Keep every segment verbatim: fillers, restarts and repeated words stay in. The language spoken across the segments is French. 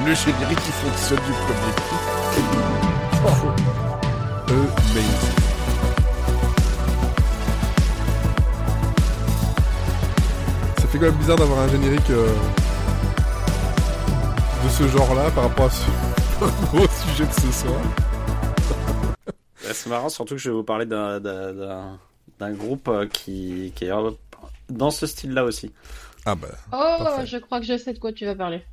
le générique qui fonctionne du premier coup. Oh. Amazing. Ça fait quand même bizarre d'avoir un générique euh, de ce genre-là par rapport à ce gros sujet de ce soir. C'est marrant, surtout que je vais vous parler d'un, d'un, d'un, d'un groupe qui, qui est dans ce style-là aussi. Ah bah. Oh, parfait. je crois que je sais de quoi tu vas parler.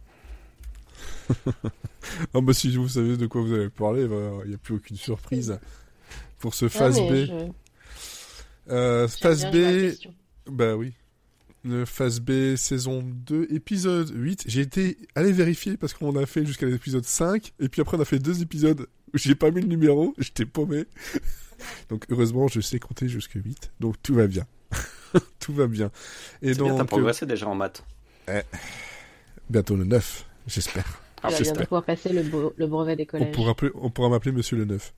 Ah bah si vous savez de quoi vous allez parler, il bah, n'y a plus aucune surprise pour ce Ah, phase mais B. je- Euh, j'aime phase bien jouer à la B, question. bah oui. Le phase B, saison deux, épisode huit. J'ai été allé vérifier parce qu'on a fait jusqu'à l'épisode cinq, et puis après on a fait deux épisodes où j'ai pas mis le numéro, j'étais paumé. Donc heureusement, je sais compter jusqu'à huit, donc tout va bien. Tout va bien. Et C'est donc, bien, t'as progressé déjà en maths. euh, bientôt le neuf, j'espère. Tu vas J'espère. bientôt pouvoir passer le, beau- le brevet des On collèges. pourra, appeler- on pourra m'appeler Monsieur le neuf.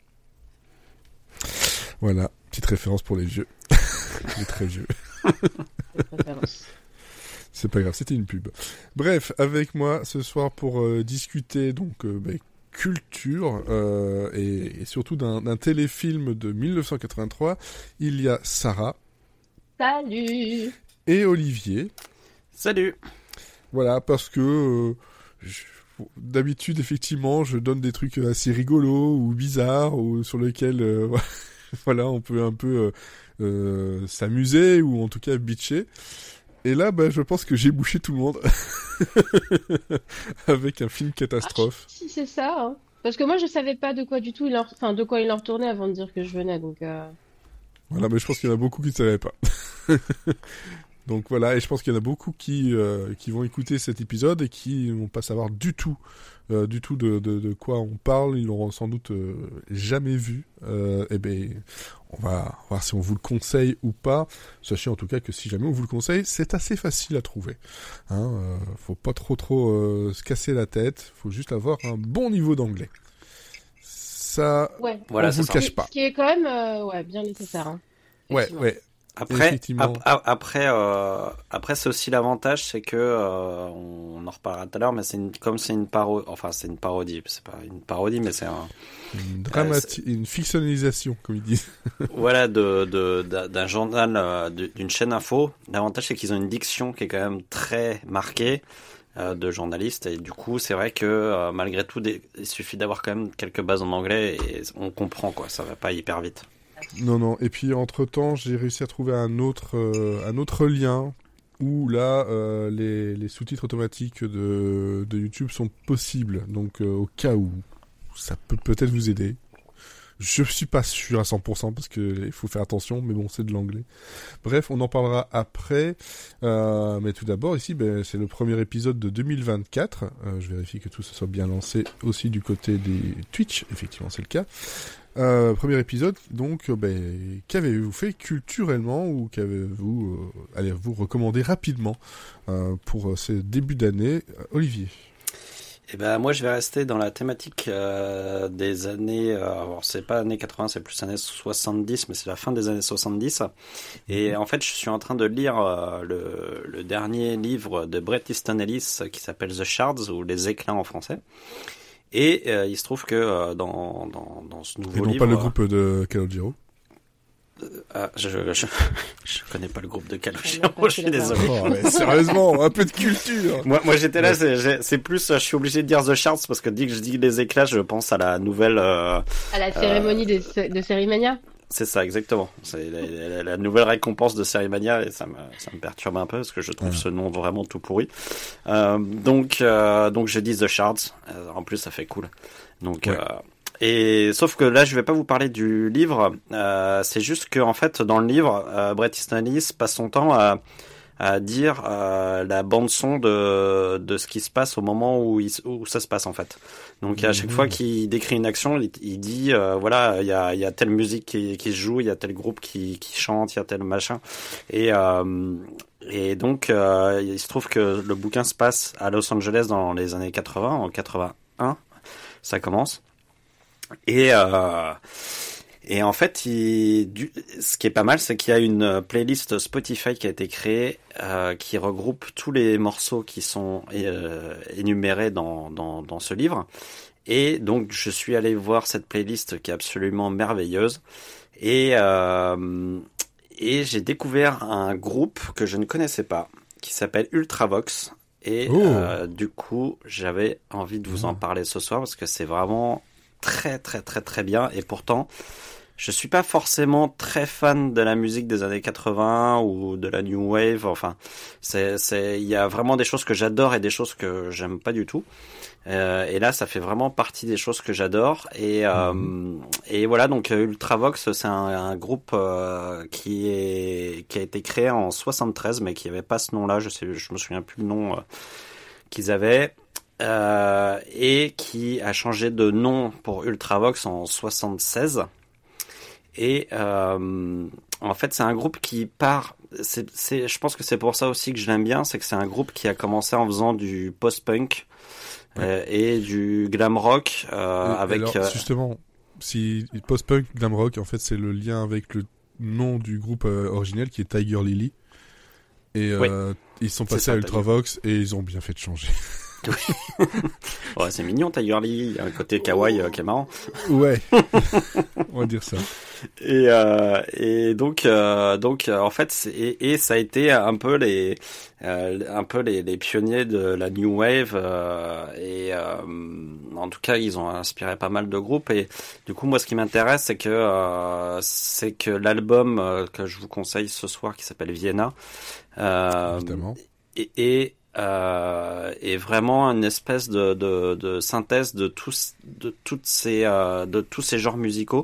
Voilà, petite référence pour les vieux. Les très vieux. De préférence. C'est pas grave, c'était une pub. Bref, avec moi ce soir pour euh, discuter donc euh, bah, culture euh, et, et surtout d'un, d'un téléfilm de dix-neuf cent quatre-vingt-trois, il y a Sarah Salut. et Olivier. Salut. Voilà, parce que euh, je- d'habitude effectivement je donne des trucs assez rigolos ou bizarres ou sur lesquels euh, voilà on peut un peu euh, euh, s'amuser ou en tout cas bitcher. Et là, bah, je pense que j'ai bouché tout le monde avec un film catastrophe. Ah, si c'est ça. Hein. Parce que moi je savais pas de quoi du tout il en... enfin de quoi il en retournait avant de dire que je venais donc. Euh... Voilà, mais je pense qu'il y en a beaucoup qui ne savaient pas. Donc voilà, et je pense qu'il y en a beaucoup qui euh, qui vont écouter cet épisode et qui vont pas savoir du tout, euh, du tout de, de, de quoi on parle. Ils l'auront sans doute euh, jamais vu. Euh, et ben, on va voir si on vous le conseille ou pas. Sachez en tout cas que si jamais on vous le conseille, c'est assez facile à trouver. Hein, euh, faut pas trop trop euh, se casser la tête. Faut juste avoir un bon niveau d'anglais. Ça, Ouais. Voilà, on vous c'est le ça. cache pas. Ce qui est quand même euh, ouais bien nécessaire. Hein. Ouais, Effectivement. ouais. Après, Effectivement. ap- ap- après, euh, après, c'est aussi l'avantage, c'est que euh, on en reparlera tout à l'heure, mais c'est une, comme c'est une parodie, enfin c'est une parodie, c'est pas une parodie, mais c'est un, Une, dramati- une fictionnalisation, comme ils disent. voilà, de, de d'un d'un journal, euh, de- d'une chaîne info. L'avantage, c'est qu'ils ont une diction qui est quand même très marquée euh, de journalistes, et du coup, c'est vrai que euh, malgré tout, des, il suffit d'avoir quand même quelques bases en anglais et on comprend quoi, ça va pas hyper vite. Non, non. Et puis, entre-temps, j'ai réussi à trouver un autre, euh, un autre lien où, là, euh, les, les sous-titres automatiques de, de YouTube sont possibles. Donc, euh, au cas où, ça peut peut-être vous aider. Je suis pas sûr à cent pour cent parce que il faut faire attention, mais bon, c'est de l'anglais. Bref, on en parlera après. Euh, mais tout d'abord, ici, ben, c'est le premier épisode de deux mille vingt-quatre. Euh, je vérifie que tout ça soit bien lancé aussi du côté des Twitch. Effectivement, c'est le cas. Euh, premier épisode, donc, euh, ben, qu'avez-vous fait culturellement ou qu'avez-vous, euh, allez-vous recommander rapidement euh, pour euh, ces débuts d'année, euh, Olivier? Eh ben moi je vais rester dans la thématique euh, des années, euh, alors c'est pas années quatre-vingts, c'est plus années soixante-dix, mais c'est la fin des années soixante-dix. Et en fait je suis en train de lire euh, le, le dernier livre de Bret Easton Ellis qui s'appelle The Shards ou Les Éclats en français. Et euh, il se trouve que euh, dans, dans, dans ce nouveau Et non livre... pas le groupe de Calogero. Ah, je, je, je, je connais pas le groupe de On a Calogero, pas je suis fait la désolé. Oh, mais sérieusement, un peu de culture. Moi, moi j'étais là, c'est, j'ai- c'est plus, je suis obligé de dire The Shards parce que dès que je dis les éclats, je pense à la nouvelle... Euh, À la cérémonie de, de Cérimania. c'est ça, exactement. C'est la, la- la nouvelle récompense de Cérimania et ça me, ça me perturbe un peu parce que je trouve Ouais. ce nom vraiment tout pourri. Euh, donc, euh, donc je dis The Shards. Euh, en plus, ça fait cool. Donc, Ouais. euh, et sauf que là, je vais pas vous parler du livre. Euh, c'est juste que en fait, dans le livre, euh, Bret Easton Ellis passe son temps à à dire euh, la bande son de de ce qui se passe au moment où il, où ça se passe en fait. Donc à chaque Mhm. fois qu'il décrit une action, il, il dit euh, voilà, il y a il y a telle musique qui qui se joue, il y a tel groupe qui qui chante, il y a tel machin. Et euh, et donc euh, il se trouve que le bouquin se passe à Los Angeles dans les années quatre-vingts, en quatre-vingt-un, ça commence. Et euh, Et en fait, il, du, ce qui est pas mal, c'est qu'il y a une playlist Spotify qui a été créée, euh, qui regroupe tous les morceaux qui sont euh, énumérés dans, dans, dans ce livre. Et donc, je suis allé voir cette playlist qui est absolument merveilleuse. Et, euh, et j'ai découvert un groupe que je ne connaissais pas, qui s'appelle Ultravox. Et oh. euh, du coup, j'avais envie de vous en parler ce soir parce que c'est vraiment très, très, très, très bien. Et pourtant, je suis pas forcément très fan de la musique des années quatre-vingts ou de la new wave. Enfin, c'est, c'est, il y a vraiment des choses que j'adore et des choses que j'aime pas du tout. Euh, et là, ça fait vraiment partie des choses que j'adore. Et euh, mmh. et voilà, donc Ultravox, c'est un, un groupe euh, qui est qui a été créé en soixante-treize, mais qui avait pas ce nom-là. Je sais, je me souviens plus le nom euh, qu'ils avaient. Euh, et qui a changé de nom pour Ultravox en soixante-seize. Et euh, en fait, c'est un groupe qui part. C'est, c'est, je pense que c'est pour ça aussi que je l'aime bien, c'est que c'est un groupe qui a commencé en faisant du post-punk ouais. euh, et du glam rock euh, et avec. Alors, justement, si post-punk, glam rock, en fait, c'est le lien avec le nom du groupe euh, originel qui est Tiger Lily. Et euh, oui. ils sont passés ça, à Ultravox et ils ont bien fait de changer. Oui. Ouais, c'est mignon Tiger Lily, il y a un côté kawaii euh, qui est marrant. Ouais. On va dire ça. Et euh, et donc euh, donc euh, en fait c'est, et, et ça a été un peu les euh, un peu les, les pionniers de la new wave euh, et euh, en tout cas ils ont inspiré pas mal de groupes et du coup moi ce qui m'intéresse c'est que euh, c'est que l'album euh, que je vous conseille ce soir qui s'appelle Vienna euh, évidemment et, et Euh, est vraiment une espèce de, de, de synthèse de tous, de toutes ces, euh, de tous ces genres musicaux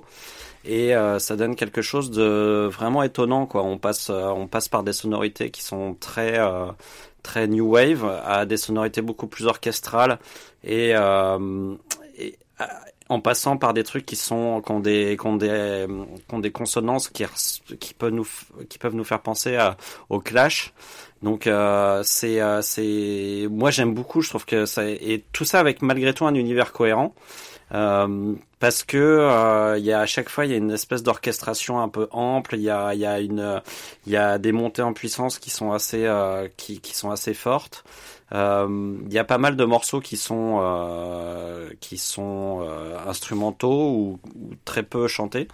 et euh, ça donne quelque chose de vraiment étonnant quoi. On passe, euh, on passe par des sonorités qui sont très, euh, très new wave à des sonorités beaucoup plus orchestrales et, euh, et en passant par des trucs qui sont qui ont des qui ont des qui ont des consonances qui qui peuvent nous qui peuvent nous faire penser à, au Clash. Donc euh, c'est euh, c'est moi j'aime beaucoup, je trouve que ça et tout ça avec malgré tout un univers cohérent euh, parce que euh, il y a à chaque fois il y a une espèce d'orchestration un peu ample, il y a il y a une il y a des montées en puissance qui sont assez euh, qui qui sont assez fortes. Il euh, y a pas mal de morceaux qui sont euh, qui sont euh, instrumentaux ou, ou très peu chantés.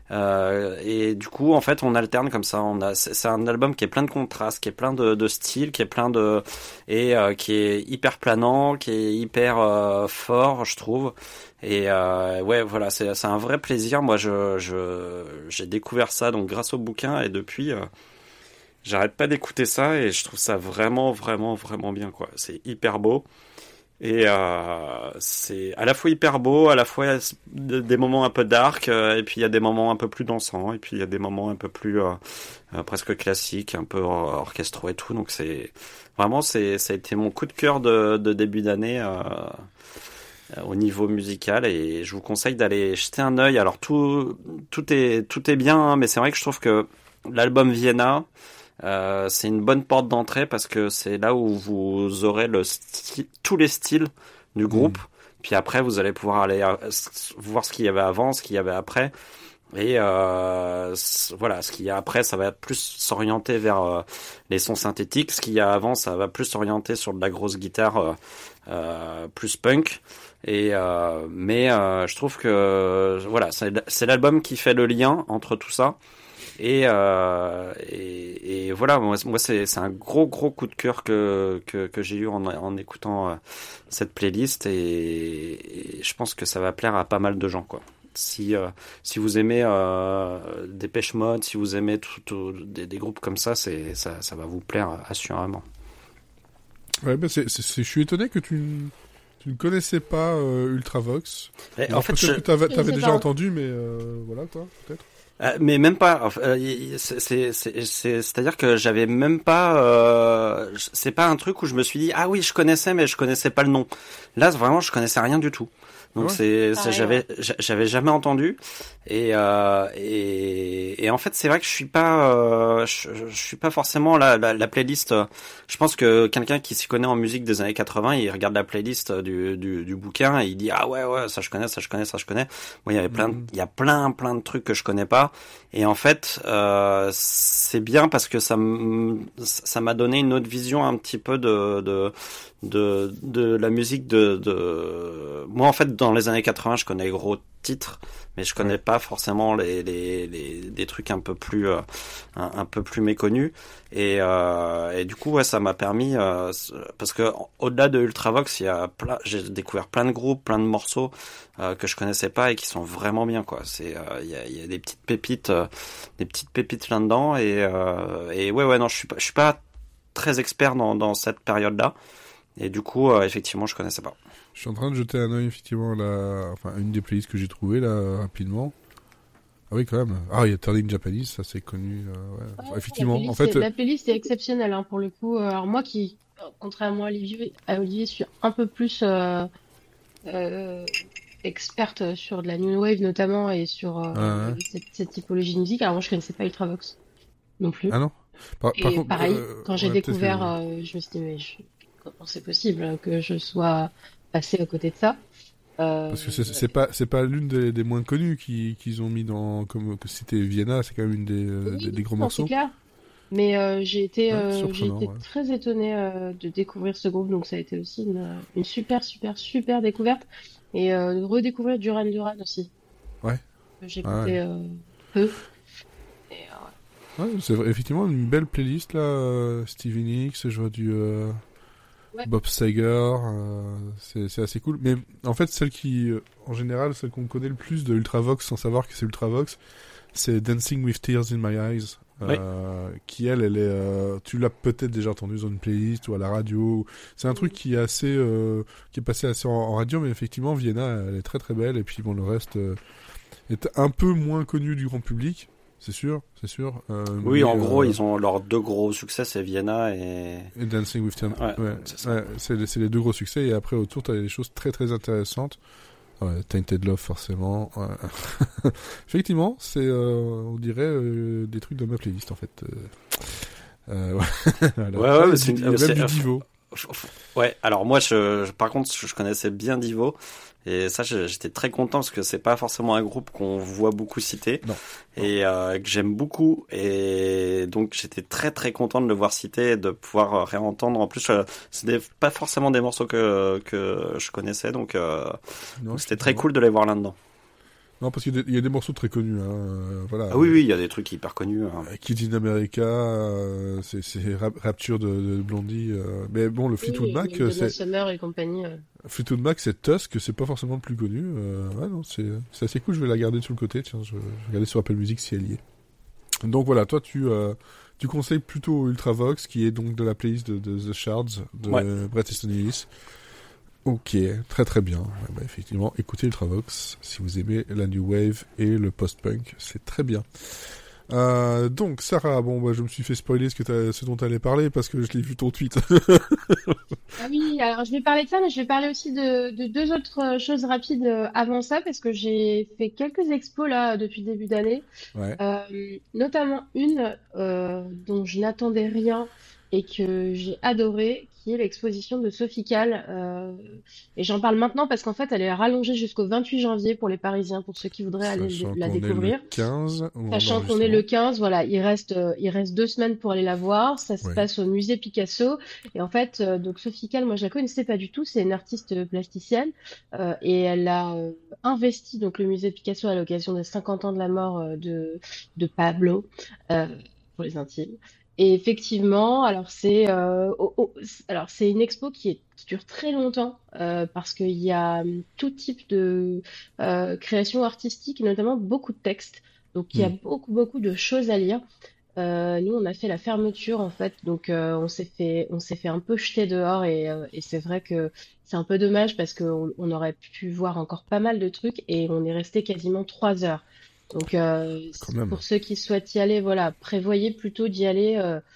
Euh, et du coup, en fait, on alterne comme ça. On a, c'est, c'est un album qui est plein de contrastes, qui est plein de, de styles, qui est plein de et euh, qui est hyper planant, qui est hyper euh, fort, je trouve. Et euh, ouais, voilà, c'est, c'est un vrai plaisir. Moi, je, je, j'ai découvert ça donc grâce au bouquin et depuis. Euh, J'arrête pas d'écouter ça et je trouve ça vraiment, vraiment, vraiment bien, quoi. C'est hyper beau. Et euh, c'est à la fois hyper beau, à la fois des moments un peu dark, euh, et puis il y a des moments un peu plus dansants, et puis il y a des moments un peu plus euh, euh, presque classiques, un peu orchestraux et tout. Donc c'est vraiment, c'est ça a été mon coup de cœur de, de début d'année euh, au niveau musical, et je vous conseille d'aller jeter un œil. Alors tout, tout est, tout est bien, hein, mais c'est vrai que je trouve que l'album Vienna, Euh, c'est une bonne porte d'entrée parce que c'est là où vous aurez le sti- tous les styles du groupe. Mmh. Puis après, vous allez pouvoir aller euh, voir ce qu'il y avait avant, ce qu'il y avait après. Et euh, voilà, ce qu'il y a après, ça va plus s'orienter vers euh, les sons synthétiques. Ce qu'il y a avant, ça va plus s'orienter sur de la grosse guitare euh, euh, plus punk. Et euh, mais euh, je trouve que voilà, c'est, c'est l'album qui fait le lien entre tout ça. Et, euh, et, et voilà, moi, moi c'est, c'est un gros gros coup de cœur que que, que j'ai eu en, en écoutant euh, cette playlist et, et je pense que ça va plaire à pas mal de gens, quoi. Si euh, si vous aimez euh, Depeche Mode, si vous aimez tout, tout, des, des groupes comme ça, c'est ça ça va vous plaire assurément. Ouais, bah c'est, c'est, c'est je suis étonné que tu tu ne connaissais pas euh, Ultravox. Et en fait, peut-être je... que t'avais, t'avais déjà pas. entendu, mais euh, voilà quoi, peut-être. Euh, mais même pas. Euh, c'est, c'est, c'est, c'est, c'est-à-dire que j'avais même pas. Euh, c'est pas un truc où je me suis dit ah oui je connaissais mais je connaissais pas le nom. Là vraiment je connaissais rien du tout. Donc Ouais. c'est, c'est Pareil, j'avais j'a- j'avais jamais entendu et euh, et et en fait c'est vrai que je suis pas euh, je, je suis pas forcément la, la la playlist. euh, Je pense que quelqu'un qui s'y connaît en musique des années quatre-vingts, il regarde la playlist du du du bouquin et il dit ah ouais ouais ça je connais ça je connais ça je connais. Moi il y avait plein de- Mhm. il y a plein plein de trucs que je connais pas et en fait euh, c'est bien parce que ça m- ça m'a donné une autre vision un petit peu de de de de la musique de de moi en fait dans les années quatre-vingts je connais les gros titres mais je connais Ouais. pas forcément les les les des trucs un peu plus euh, un, un peu plus méconnus et euh, et du coup ouais ça m'a permis euh, c- parce que au-delà de Ultravox il y a plein j'ai découvert plein de groupes plein de morceaux euh, que je connaissais pas et qui sont vraiment bien quoi c'est euh, il y a il y a des petites pépites euh, des petites pépites là-dedans et euh, et ouais ouais non je suis pas je suis pas très expert dans dans cette période-là et du coup, euh, effectivement, je connaissais pas. Je suis en train de jeter un œil, effectivement, là, enfin, une des playlists que j'ai trouvées, là, rapidement. Ah oui, quand même. Ah, il y a Turning Japanese, ça c'est connu. euh, ouais. Ouais, Enfin, la effectivement, en playlist, fait, est- euh, la playlist est exceptionnelle hein, pour le coup. Euh, Alors moi qui, euh, contrairement à Olivier, à Olivier, suis un peu plus euh, euh, experte sur de la new wave notamment et sur ouais, euh, ouais. cette, cette typologie de musique. Alors moi je connaissais pas Ultravox non plus. Ah non? Par, par Et contre, pareil, euh, quand j'ai ouais, peut-être découvert, que... euh, je me suis dit mais je- comment c'est possible hein, que je sois passée à côté de ça? Euh, Parce que c'est c'est pas, c'est pas l'une des, des moins connues qui- qu'ils ont mis dans... Comme que c'était Vienna, c'est quand même une des, euh, oui, des, des gros non, c'est morceaux. clair. Mais euh, j'ai été, Ouais, euh, j'ai surprenant, été ouais. très étonnée euh, de découvrir ce groupe, donc ça a été aussi une, une super, super, super découverte. Et euh, de redécouvrir Duran Duran aussi, Ouais, que ah ouais. j'écoutais euh, peu. Et, euh, Ouais, c'est vrai, effectivement une belle playlist, là. euh, Stevie Nicks, je vois du... euh, ouais. Bob Seger, euh, c'est c'est assez cool. Mais en fait, celle qui, euh, en général, celle qu'on connaît le plus de Ultravox sans savoir que c'est Ultravox, c'est Dancing with Tears in My Eyes, Oui. euh, qui elle, elle est, euh, tu l'as peut-être déjà entendue dans une playlist ou à la radio. C'est un truc qui est assez, euh, qui est passé assez en, en radio, mais effectivement, Vienna, elle est très très belle. Et puis bon, le reste euh, est un peu moins connu du grand public, c'est sûr, c'est sûr. Euh, Oui, mais, en gros, euh, ils ont leurs deux gros succès, c'est Vienna et... Et Dancing with Tears, Ouais, ouais, c'est ça. ouais, c'est les, c'est les deux gros succès. Et après, autour, t'as des choses très très intéressantes. Ouais, Tainted Love, forcément. Ouais. Effectivement, c'est, euh, on dirait, euh, des trucs de ma playlist, en fait. Euh, euh, ouais. Voilà. Ouais, Ah, ouais, il y mais a c'est du- une- il y a c'est- même du euh, Divo. F- f- Ouais, alors moi, je, je- par contre, je, je connaissais bien Divo, et ça, je- j'étais très content parce que c'est pas forcément un groupe qu'on voit beaucoup citer, Non. et euh, que j'aime beaucoup, et donc j'étais très très content de le voir citer, et de pouvoir euh, réentendre. En plus, euh, c'était pas forcément des morceaux que que je connaissais, donc, euh, Non, donc c'était très effectivement. cool de les voir là-dedans. Non, parce qu'il y a des, il y a des morceaux très connus, hein. euh, voilà. Ah oui, oui, il y a des trucs hyper connus. hein. Euh, Kids in America, euh, c'est, c'est Rap- Rapture de, de Blondie. euh, mais bon, le Fleetwood Oui, Mac, même euh, Donna c'est, Summer et compagnie. euh. Fleetwood Mac, c'est Tusk, c'est pas forcément le plus connu. Euh, ouais, non, c'est, c'est assez cool, je vais la garder sur le côté, tiens, je, je vais regarder sur Apple Music si elle y est. Donc voilà, toi tu, euh, tu conseilles plutôt Ultravox, qui est donc de la playlist de, de The Shards, de Ouais. Bret Easton Ellis. Ok, très très bien. Ouais, bah, effectivement, écoutez Ultravox si vous aimez la New Wave et le post-punk, c'est très bien. Euh, donc Sarah, bon bah je me suis fait spoiler ce, que t'as, ce dont tu allais parler parce que je l'ai vu ton tweet. Ah oui, alors je vais parler de ça, mais je vais parler aussi de, de deux autres euh, choses rapides euh, avant ça, parce que j'ai fait quelques expos là depuis le début d'année. Ouais. Euh, notamment une euh, dont je n'attendais rien et que j'ai adoré, qui est l'exposition de Sophie Calle. Euh, et j'en parle maintenant parce qu'en fait, elle est rallongée jusqu'au vingt-huit janvier pour les Parisiens, pour ceux qui voudraient aller Sachant le- la qu'on est le découvrir. quinze au moment Sachant qu'on est le d'enregistrement. quinze, voilà, il reste, euh, il reste deux semaines pour aller la voir. Ça se Ouais. passe au musée Picasso. Et en fait, euh, donc Sophie Calle, moi je la connaissais pas du tout. C'est une artiste plasticienne euh, et elle a euh, investi donc le musée Picasso à l'occasion des cinquante ans de la mort euh, de de Pablo euh, pour les intimes. Et effectivement, alors c'est euh, oh, oh, c- alors c'est une expo qui est qui dure très longtemps euh, parce qu'il y a hum, tout type de euh, création artistique, et notamment beaucoup de textes. Donc il y a Hmm. beaucoup beaucoup de choses à lire. Euh, nous, on a fait la fermeture en fait, donc euh, on s'est fait, on s'est fait un peu jeter dehors et, euh, et c'est vrai que c'est un peu dommage parce qu'on on aurait pu voir encore pas mal de trucs et on est resté quasiment trois heures. Donc euh, Quand même. pour ceux qui souhaitent y aller, voilà, prévoyez plutôt d'y aller euh,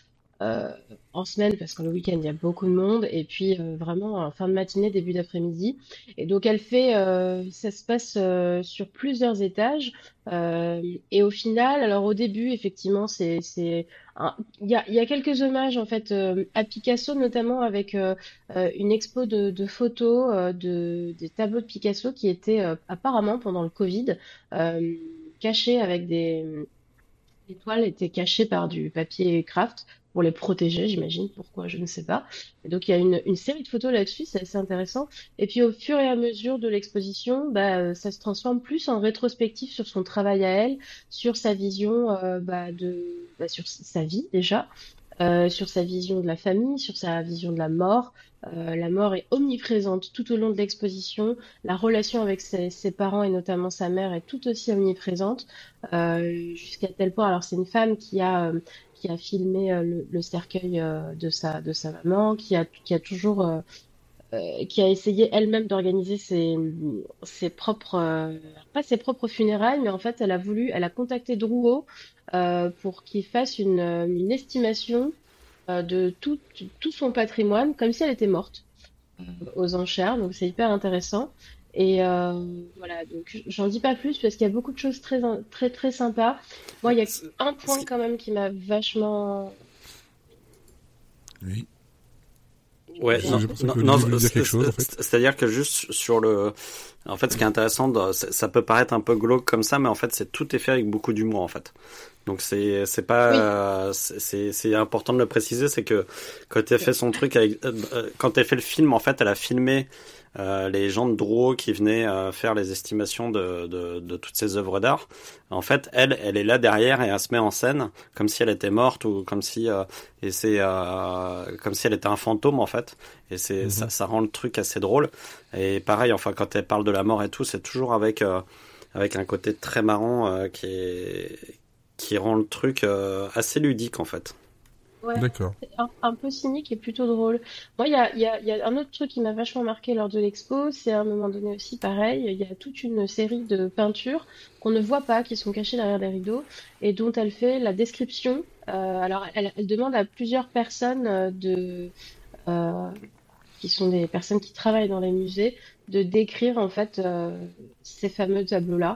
euh, en semaine parce que le week-end il y a beaucoup de monde et puis euh, vraiment en fin de matinée, début d'après-midi. Et donc elle fait, euh, ça se passe euh, sur plusieurs étages euh, et au final, alors au début effectivement c'est c'est un- il y a il y a quelques hommages en fait euh, à Picasso notamment avec euh, euh, une expo de, de photos euh, de des tableaux de Picasso qui étaient euh, apparemment pendant le Covid euh, cachés avec des les toiles étaient cachées par du papier craft pour les protéger, j'imagine. Pourquoi, je ne sais pas. Et donc, il y a une, une série de photos là-dessus, c'est assez intéressant. Et puis, au fur et à mesure de l'exposition, bah, euh, ça se transforme plus en rétrospective sur son travail à elle, sur sa vision euh, bah, de, bah, sur sa vie déjà, euh, sur sa vision de la famille, sur sa vision de la mort. Euh, la mort est omniprésente tout au long de l'exposition. La relation avec ses, ses parents et notamment sa mère est tout aussi omniprésente, euh, jusqu'à tel point. Alors c'est une femme qui a euh, qui a filmé euh, le, le cercueil euh, de sa de sa maman, qui a qui a toujours euh, euh, qui a essayé elle-même d'organiser ses ses propres euh, pas ses propres funérailles, mais en fait elle a voulu, elle a contacté Drouot euh, pour qu'il fasse une euh, une estimation euh, de tout, tout son patrimoine, comme si elle était morte, euh, aux enchères. Donc c'est hyper intéressant. Et euh, voilà, donc j'en dis pas plus parce qu'il y a beaucoup de choses très, très, très sympas. Moi, il y a C'est- un ce point qui- quand même qui m'a vachement. Oui. Ouais, J'ai non, l'impression non, que non, Olivier voulait dire c'est- quelque chose, en fait. c'est- c'est-à-dire que juste sur le, en fait, ce qui est intéressant, dans- c'est- ça peut paraître un peu glauque comme ça, mais en fait, c'est tout est fait avec beaucoup d'humour, en fait. Donc c'est c'est pas Oui, euh, c'est c'est c'est important de le préciser, c'est que quand elle fait son truc avec euh, euh, quand elle fait le film, en fait, elle a filmé euh, les gens de Drouot qui venaient euh, faire les estimations de, de de toutes ces œuvres d'art. En fait, elle elle est là derrière et elle se met en scène comme si elle était morte ou comme si euh, et c'est euh, comme si elle était un fantôme en fait. Et c'est Mhm. ça ça rend le truc assez drôle. Et pareil, enfin quand elle parle de la mort et tout, c'est toujours avec euh, avec un côté très marrant euh, qui est qui rend le truc euh, assez ludique en fait. ouais. D'accord. C'est un, un peu cynique et plutôt drôle. Moi, il y a, il y a, il y a un autre truc qui m'a vachement marqué lors de l'expo, c'est à un moment donné aussi pareil, il y a toute une série de peintures qu'on ne voit pas, qui sont cachées derrière des rideaux, et dont elle fait la description. Euh, alors, elle, elle demande à plusieurs personnes euh, de, euh, qui sont des personnes qui travaillent dans les musées, de décrire en fait euh, ces fameux tableaux-là.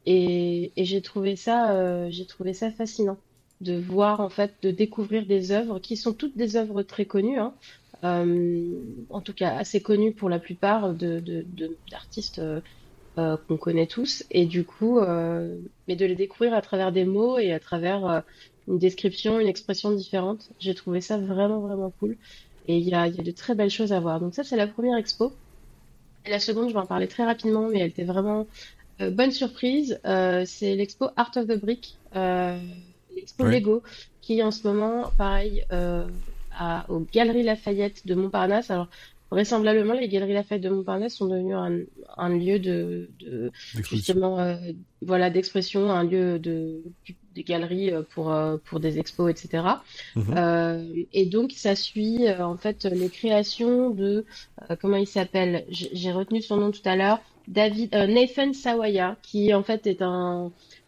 Et, et j'ai trouvé ça, euh, j'ai trouvé ça fascinant de voir en fait, de découvrir des œuvres qui sont toutes des œuvres très connues, hein, euh, en tout cas assez connues pour la plupart de, de, de- d'artistes euh, euh, qu'on connaît tous. Et du coup, euh, mais de les découvrir à travers des mots et à travers euh, une description, une expression différente. J'ai trouvé ça vraiment, vraiment cool. Et il y a, il y a de très belles choses à voir. Donc ça, c'est la première expo. Et la seconde, je vais en parler très rapidement, mais elle était vraiment euh, bonne surprise. Euh, c'est l'expo Art of the Brick, euh, l'expo Ouais. Lego, qui en ce moment, pareil, euh, à, aux Galeries Lafayette de Montparnasse. Alors, vraisemblablement, les Galeries Lafayette de Montparnasse sont devenues un, un lieu de, de D'exposition. justement, euh, voilà, d'expression, un lieu de, des galeries euh, pour, euh, pour des expos, et cetera. Mhm. Euh, et donc, ça suit euh, en fait les créations de, euh, comment il s'appelle? J'ai j'ai retenu son nom tout à l'heure. David, euh, Nathan Sawaya, qui en fait est un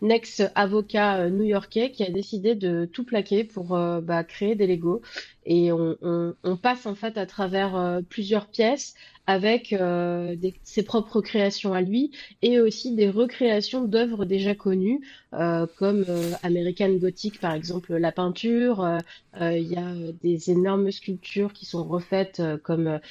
ex-avocat euh, new-yorkais qui a décidé de tout plaquer pour euh, bah, créer des Lego. Et on, on, on passe en fait à travers euh, plusieurs pièces avec euh, des- ses propres créations à lui et aussi des recréations d'œuvres déjà connues, euh, comme euh, American Gothic par exemple, la peinture. euh, euh, Il y a euh, des énormes sculptures qui sont refaites euh, comme euh,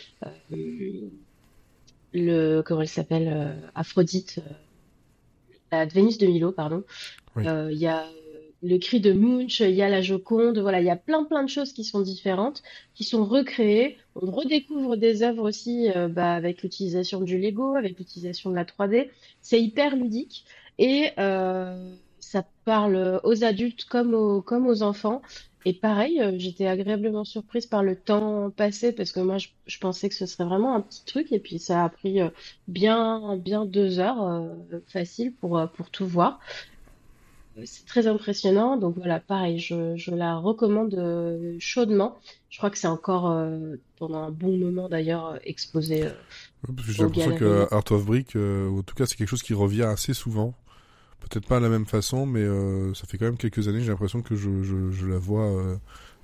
le comment elle s'appelle euh, Aphrodite, euh, la Vénus de Milo, pardon. Oui. Euh, Il y a euh, le cri de Munch, il y a la Joconde, voilà, il y a plein plein de choses qui sont différentes, qui sont recréées. On redécouvre des œuvres aussi euh, bah, avec l'utilisation du Lego, avec l'utilisation de la trois D. C'est hyper ludique et euh, ça parle aux adultes comme aux, comme aux enfants. Et pareil, euh, j'étais agréablement surprise par le temps passé parce que moi, je, je pensais que ce serait vraiment un petit truc et puis ça a pris euh, bien, bien deux heures euh, facile pour, euh, pour tout voir. Euh, C'est très impressionnant, donc voilà, pareil, je, je la recommande euh, chaudement. Je crois que c'est encore euh, pendant un bon moment d'ailleurs euh, exposé euh, Ouais, parce que j'ai aux l'impression galeries. que Art of Brick, euh, ou en tout cas, c'est quelque chose qui revient assez souvent. Peut-être pas de la même façon, mais euh, ça fait quand même quelques années, j'ai l'impression que je, je, je la vois euh,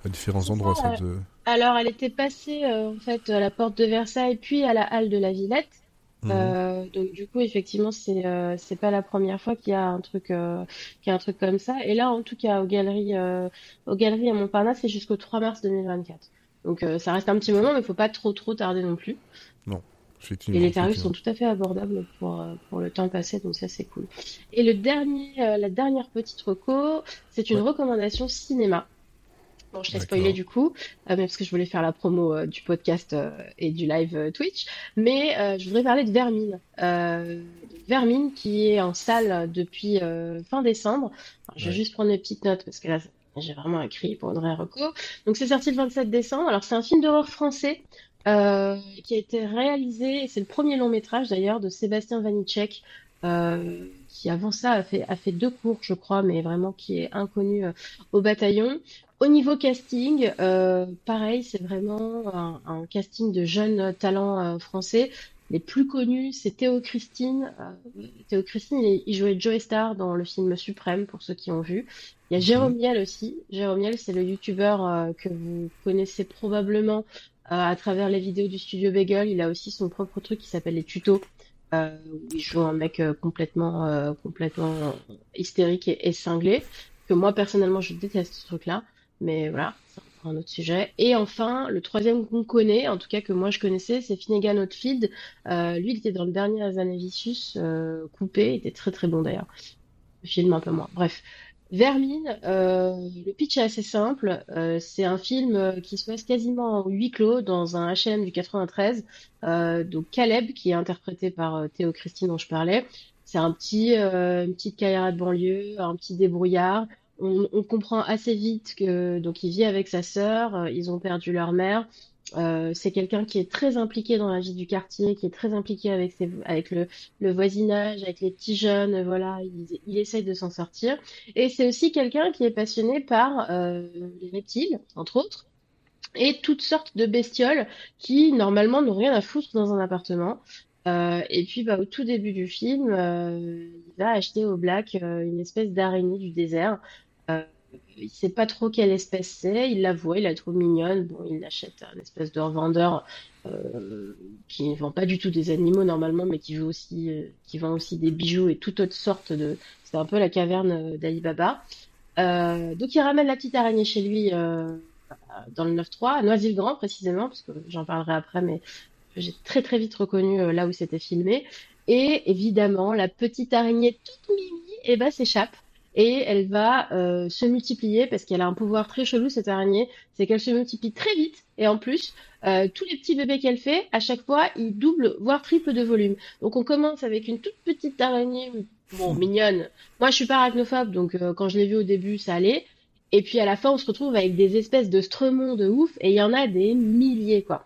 à différents C'est endroits, ça. cette... euh, Alors, elle était passée euh, en fait à la porte de Versailles, puis à la halle de la Villette. mhm. Euh, donc du coup, effectivement, c'est euh, c'est pas la première fois qu'il y a un truc euh, qu'il y a un truc comme ça. Et là, en tout cas, aux galeries euh, aux galeries à Montparnasse, c'est jusqu'au trois mars deux mille vingt-quatre. Donc euh, ça reste un petit Ok. moment, mais faut pas trop trop tarder non plus. Non, Et effectivement, les tarifs sont effectivement. tout à fait abordables pour euh, pour le temps passé, donc ça c'est cool. Et le dernier, euh, la dernière petite reco, c'est une Ouais, recommandation cinéma. Bon, je t'ai spoilé d'accord. du coup, euh, mais parce que je voulais faire la promo euh, du podcast euh, et du live euh, Twitch. Mais euh, je voudrais parler de Vermine. Euh, Vermine qui est en salle depuis euh, fin décembre. Alors, je vais Ouais. juste prendre mes petites notes parce que là, j'ai vraiment écrit pour une vraie reco. Donc c'est sorti le vingt-sept décembre. Alors c'est un film d'horreur français euh, qui a été réalisé, et c'est le premier long métrage d'ailleurs de Sébastien Vanitschek. Euh, qui avant ça a fait, a fait deux cours, je crois, mais vraiment qui est inconnu euh, au bataillon. Au niveau casting, euh, pareil, c'est vraiment un, un casting de jeunes talents euh, français. Les plus connus, c'est Théo Christine. Euh, Théo Christine, il, il jouait Joey Star dans le film Suprême, pour ceux qui ont vu. Il y a Jérôme Mhm. Niel aussi. Jérôme Niel, c'est le youtubeur euh, que vous connaissez probablement euh, à travers les vidéos du Studio Bagel. Il a aussi son propre truc qui s'appelle les tutos. Euh, où il joue un mec euh, complètement, euh, complètement hystérique et, et cinglé. Que moi, personnellement, je déteste ce truc-là. Mais voilà, c'est encore un autre sujet. Et enfin, le troisième qu'on connaît, en tout cas que moi je connaissais, c'est Finnegan Oldfield. Euh, lui, il était dans le dernier Hazanavicius, euh, coupé, il était très très bon d'ailleurs. Le film un peu moins. Bref. Vermine, euh, le pitch est assez simple. Euh, c'est un film euh, qui se passe quasiment en huis clos dans un H et M du quatre-vingt-treize. Euh, donc Caleb, qui est interprété par euh, Théo Christine dont je parlais, c'est un petit, euh, une petite carrière de banlieue, un petit débrouillard. On, on comprend assez vite que donc il vit avec sa sœur, euh, ils ont perdu leur mère. Euh, c'est quelqu'un qui est très impliqué dans la vie du quartier, qui est très impliqué avec ses, avec le, le voisinage, avec les petits jeunes. euh, Voilà, il, il essaye de s'en sortir. Et c'est aussi quelqu'un qui est passionné par euh, les reptiles, entre autres, et toutes sortes de bestioles qui normalement n'ont rien à foutre dans un appartement. Euh, et puis bah, au tout début du film, euh, il va acheter au Black euh, une espèce d'araignée du désert. Euh, il sait pas trop quelle espèce c'est, il la voit, il la trouve mignonne. Bon, il l'achète à un espèce de revendeur euh, qui ne vend pas du tout des animaux normalement, mais qui veut aussi, euh, qui vend aussi des bijoux et toute autre sorte de. C'est un peu la caverne euh, d'Ali Baba. Euh, donc il ramène la petite araignée chez lui euh, dans le neuf trois, à Noisy-le-Grand précisément, parce que j'en parlerai après, mais j'ai très très vite reconnu euh, là où c'était filmé. Et évidemment, la petite araignée toute mimi, eh ben, s'échappe. Et elle va euh, se multiplier parce qu'elle a un pouvoir très chelou, cette araignée. C'est qu'elle se multiplie très vite. Et en plus, euh, tous les petits bébés qu'elle fait, à chaque fois, ils doublent, voire triplent de volume. Donc on commence avec une toute petite araignée, bon, mignonne. Moi, je suis pas arachnophobe, donc euh, quand je l'ai vue au début, ça allait. Et puis à la fin, on se retrouve avec des espèces de stremons de ouf. Et il y en a des milliers, quoi.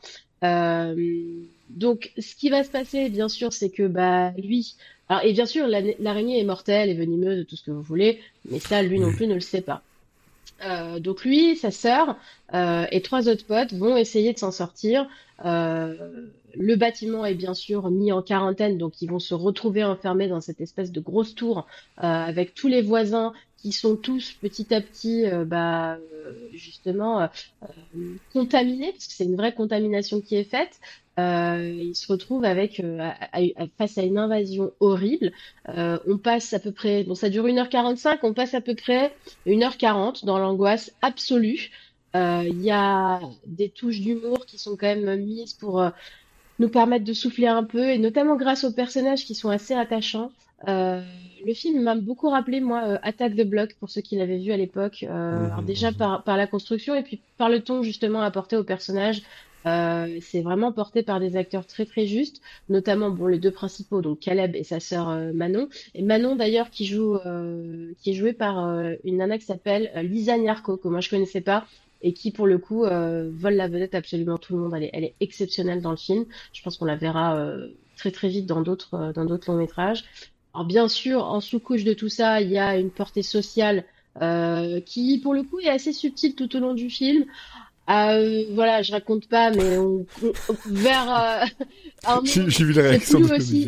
Euh, donc, ce qui va se passer, bien sûr, c'est que bah lui, alors et bien sûr, la- l'araignée est mortelle et venimeuse, tout ce que vous voulez, mais ça, lui non Oui. plus ne le sait pas. Euh, donc lui, sa sœur euh, et trois autres potes vont essayer de s'en sortir. Euh, le bâtiment est bien sûr mis en quarantaine, donc ils vont se retrouver enfermés dans cette espèce de grosse tour euh, avec tous les voisins qui sont tous petit à petit, euh, bah, euh, justement euh, euh, contaminés, parce que c'est une vraie contamination qui est faite. Euh, ils se retrouvent avec euh, à- à- à- face à une invasion horrible. Euh, on passe à peu près, bon, ça dure une heure quarante-cinq, on passe à peu près une heure quarante dans l'angoisse absolue. Euh, Il y a des touches d'humour qui sont quand même mises pour euh, nous permettre de souffler un peu, et notamment grâce aux personnages qui sont assez attachants. Euh, le film m'a beaucoup rappelé, moi, euh, Attaque de Bloc, pour ceux qui l'avaient vu à l'époque. Euh, alors Mhm, déjà mhm. par, par la construction et puis par le ton justement apporté aux personnages. Euh, c'est vraiment porté par des acteurs très très justes, notamment bon les deux principaux, donc Caleb et sa sœur euh, Manon. Et Manon d'ailleurs qui joue, euh, qui est jouée par euh, une nana qui s'appelle euh, Lisa Nyarko, que moi je connaissais pas et qui pour le coup euh, vole la vedette à absolument tout le monde. Elle est, elle est exceptionnelle dans le film. Je pense qu'on la verra euh, très très vite dans d'autres euh, dans d'autres longs métrages. Alors bien sûr, en sous-couche de tout ça, il y a une portée sociale euh, qui, pour le coup, est assez subtile tout au long du film. Euh, voilà, je raconte pas, mais on, on- vers euh, un J'ai moment, j'ai vu la c'est réaction plus de aussi. Olivier.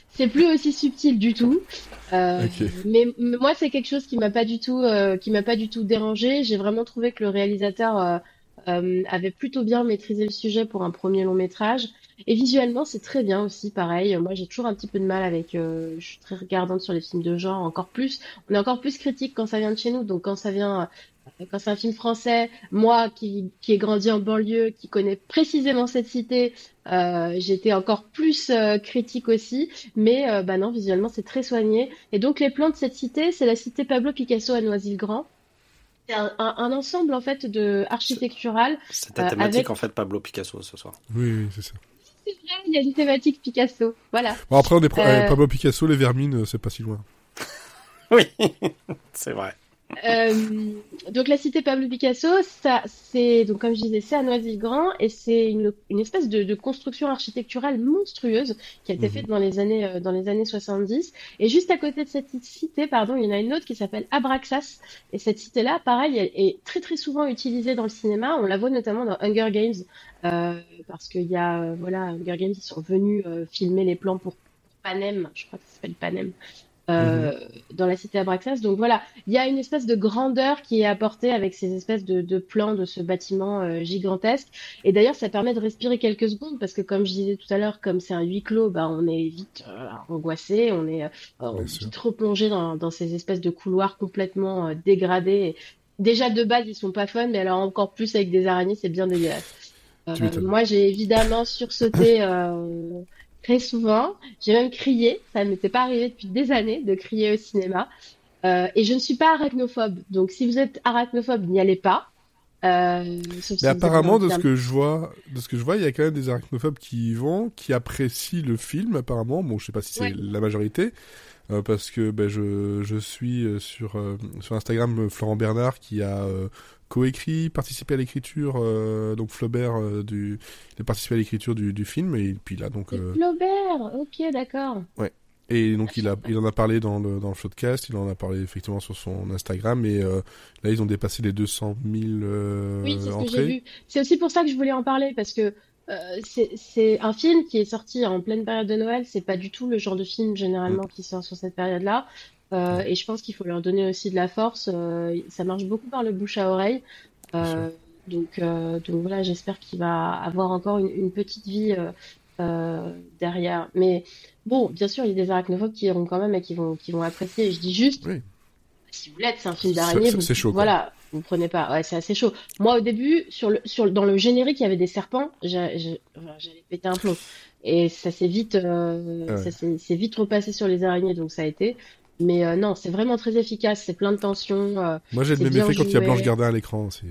c'est plus aussi subtil du tout. Euh, Ok. mais, mais moi, c'est quelque chose qui m'a pas du tout, euh, qui m'a pas du tout dérangé. J'ai vraiment trouvé que le réalisateur euh, euh, avait plutôt bien maîtrisé le sujet pour un premier long métrage. Et visuellement, c'est très bien aussi, pareil. Moi, j'ai toujours un petit peu de mal avec. Euh, je suis très regardante sur les films de genre, encore plus. On est encore plus critique quand ça vient de chez nous. Donc, quand ça vient, euh, quand c'est un film français, moi qui qui ai grandi en banlieue, qui connais précisément cette cité, euh, j'étais encore plus euh, critique aussi. Mais euh, bah non, visuellement, c'est très soigné. Et donc, les plans de cette cité, c'est la cité Pablo Picasso à Noisy-le-Grand. C'est un, un, un ensemble en fait de C'est architectural c'est ta euh, thématique avec. en fait, Pablo Picasso ce soir. Oui, oui, c'est ça. C'est vrai, il y a une thématique Picasso. Voilà. Bon, après, on est pro- euh, Euh, Pablo Picasso, les vermines, euh, c'est pas si loin. Oui, c'est vrai. Euh, donc la cité Pablo Picasso, ça, c'est donc comme je disais, c'est à Noisy-le-Grand et c'est une, une espèce de, de construction architecturale monstrueuse qui a été Mhm. faite dans les années euh, dans les années soixante-dix. Et juste à côté de cette cité, pardon, il y en a une autre qui s'appelle Abraxas. Et cette cité-là, pareil, elle est très très souvent utilisée dans le cinéma. On la voit notamment dans Hunger Games euh, parce qu'il y a euh, voilà Hunger Games, ils sont venus euh, filmer les plans pour Panem, je crois que ça s'appelle Panem Mhm. euh, dans la cité Abraxas. Donc voilà, il y a une espèce de grandeur qui est apportée avec ces espèces de, de plans de ce bâtiment euh, gigantesque. Et d'ailleurs, ça permet de respirer quelques secondes parce que, comme je disais tout à l'heure, comme c'est un huis clos, bah, on est vite euh, angoissé, on est euh, Bien sûr. vite replongé dans, dans ces espèces de couloirs complètement euh, dégradés. Et déjà de base, ils sont pas fun, mais alors encore plus avec des araignées, c'est bien dégueulasse. Tu Euh, m'étonnes. moi, j'ai évidemment sursauté euh, très souvent. J'ai même crié. Ça ne m'était pas arrivé depuis des années de crier au cinéma. Euh, et je ne suis pas arachnophobe. Donc, si vous êtes arachnophobe, n'y allez pas. Euh, sauf Mais si vous avez apparemment, envie de ce d'un... que je vois, de ce que je vois, il y a quand même des arachnophobes qui y vont, qui apprécient le film, apparemment. Bon, je sais pas si c'est Ouais. la majorité, euh, parce que ben, je, je suis euh, sur, euh, sur Instagram euh, Florent Bernard qui a euh, coécrit, participé à l'écriture, euh, donc Flaubert, euh, du, il a participé à l'écriture du, du film, et puis là, donc, C'est euh, Flaubert. Ok, d'accord. ouais. Et donc Je il savais a, pas. il en a parlé dans le dans le podcast, il en a parlé effectivement sur son Instagram, et euh, là ils ont dépassé les deux cent mille Oui, euh, c'est ce que j'ai entrées. vu. C'est aussi pour ça que je voulais en parler, parce que euh, c'est c'est un film qui est sorti en pleine période de Noël. C'est pas du tout le genre de film Mm, généralement qui sort sur cette période-là. Euh, non, et je pense qu'il faut leur donner aussi de la force. Euh, ça marche beaucoup par le bouche à oreille. bien sûr. Euh, donc, euh, donc voilà, j'espère qu'il va avoir encore une, une petite vie euh, euh, derrière. Mais bon, bien sûr, il y a des arachnophobes qui iront quand même et qui vont, qui vont apprécier. Et je dis juste, Oui, si vous l'êtes, c'est un film c'est d'araignée, c'est- vous, c'est chaud quoi. voilà, vous prenez pas. Ouais, c'est assez chaud. Moi, au début, sur le, sur, le- dans le générique, il y avait des serpents. J'ai- j'ai- enfin, J'allais péter un plomb. Et ça s'est vite, euh, Ah ça ouais. s'est c'est vite repassé sur les araignées, donc ça a été. Mais euh, non, c'est vraiment très efficace. C'est plein de tension. Euh, Moi j'ai le c'est même bien effet quand il y a Blanche joué. Gardin à l'écran. C'est...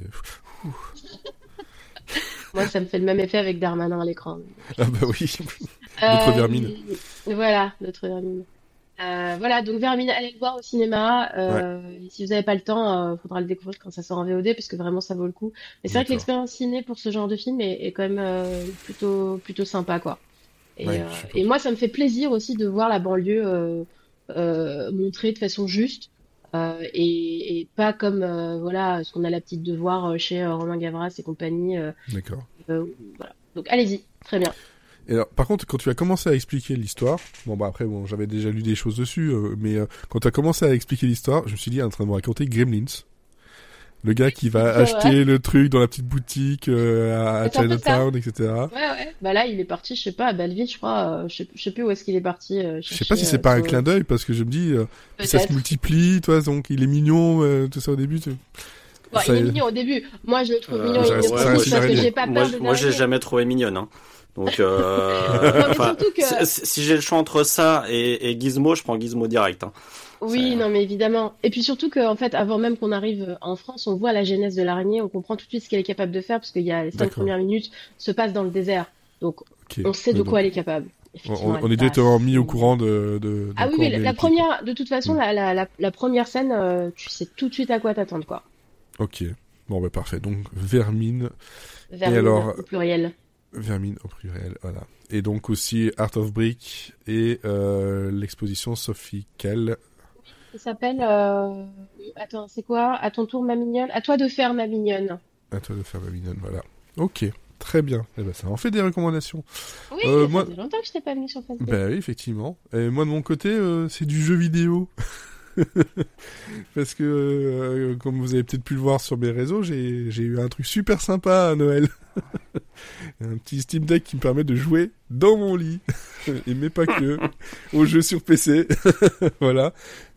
Moi, ça me fait le même effet avec Darmanin à l'écran. Ah bah oui, notre vermine. Euh, voilà, notre Vermine. Euh, voilà, donc Vermine, allez le voir au cinéma. Ouais, Euh, si vous n'avez pas le temps, euh, faudra le découvrir quand ça sort en V O D, parce que vraiment ça vaut le coup. Mais c'est vrai que d'accord. l'expérience ciné pour ce genre de film est, est quand même euh, plutôt plutôt sympa, quoi. Et, Ouais, euh, je et suppose. moi, ça me fait plaisir aussi de voir la banlieue euh, euh, montrée de façon juste. Euh, et, et pas comme euh, voilà ce qu'on a l'habitude de voir euh, chez euh, Romain Gavras et compagnie. Euh, D'accord. euh, voilà. Donc allez-y, très bien. Et alors, par contre, quand tu as commencé à expliquer l'histoire, bon bah après, bon, j'avais déjà lu des choses dessus, euh, mais euh, quand tu as commencé à expliquer l'histoire, je me suis dit, il est en train de me raconter Gremlins. Le gars qui va C'est vrai. acheter le truc dans la petite boutique euh, à, à C'est un peu ça. Chinatown, et cetera. Ouais, ouais. Bah là, il est parti, je sais pas, à Belleville, je crois. euh, je sais, je sais plus où est-ce qu'il est parti euh, Je sais pas si chercher c'est euh, pas un son... clin d'œil, parce que je me dis, euh, puis ça se Peut-être. multiplie, toi, donc il est mignon, euh, tout ça au début. Tu... Bon, Ça, il est mignon au début. Moi, je le trouve mignon Euh, ça au reste, au ça ouais, moi, reste principe une je, parce que araignée. j'ai pas moi, peur je- des moi, j'ai araignées. jamais trouvé mignonne. Hein. Donc, euh, Non, mais enfin, surtout que... si, si- si j'ai le choix entre ça et, et Gizmo, je prends Gizmo direct. Hein. C'est- Oui, non, mais évidemment. Et puis surtout que, en fait, avant même qu'on arrive en France, on voit la genèse de l'araignée, on comprend tout de suite ce qu'elle est capable de faire, parce qu'il y a les cinq D'accord. premières minutes se passent dans le désert. Donc, Ok. on sait Ouais, de quoi donc, elle est capable. Effectivement, on, elle on est est pas directement mis au si... courant de, de, de Ah oui, quoi oui, on la, est la le truc, quoi. première, de toute façon, Hmm. la, la, la, la première scène, euh, tu sais tout de suite à quoi t'attendre, quoi. Ok. Bon, bah parfait. Donc, Vermine. Et Vermine, alors, au pluriel. Vermine au pluriel, voilà. Et donc aussi Art of Brick et euh, l'exposition Sophie Kell. Ça s'appelle... euh, Attends, c'est quoi? À ton tour, ma mignonne? À toi de faire, ma mignonne. À toi de faire ma mignonne, voilà. Ok, Très bien. Eh ben, ça en fait des recommandations. Oui, Euh, ça moi- fait longtemps que je t'ai pas venu sur Facebook. Ben oui, effectivement. Et moi, de mon côté, euh, c'est du jeu vidéo. Parce que, euh, comme vous avez peut-être pu le voir sur mes réseaux, j'ai, j'ai eu un truc super sympa à Noël. Un petit Steam Deck qui me permet de jouer dans mon lit. Et mais pas que. Aux jeux sur P C. Voilà.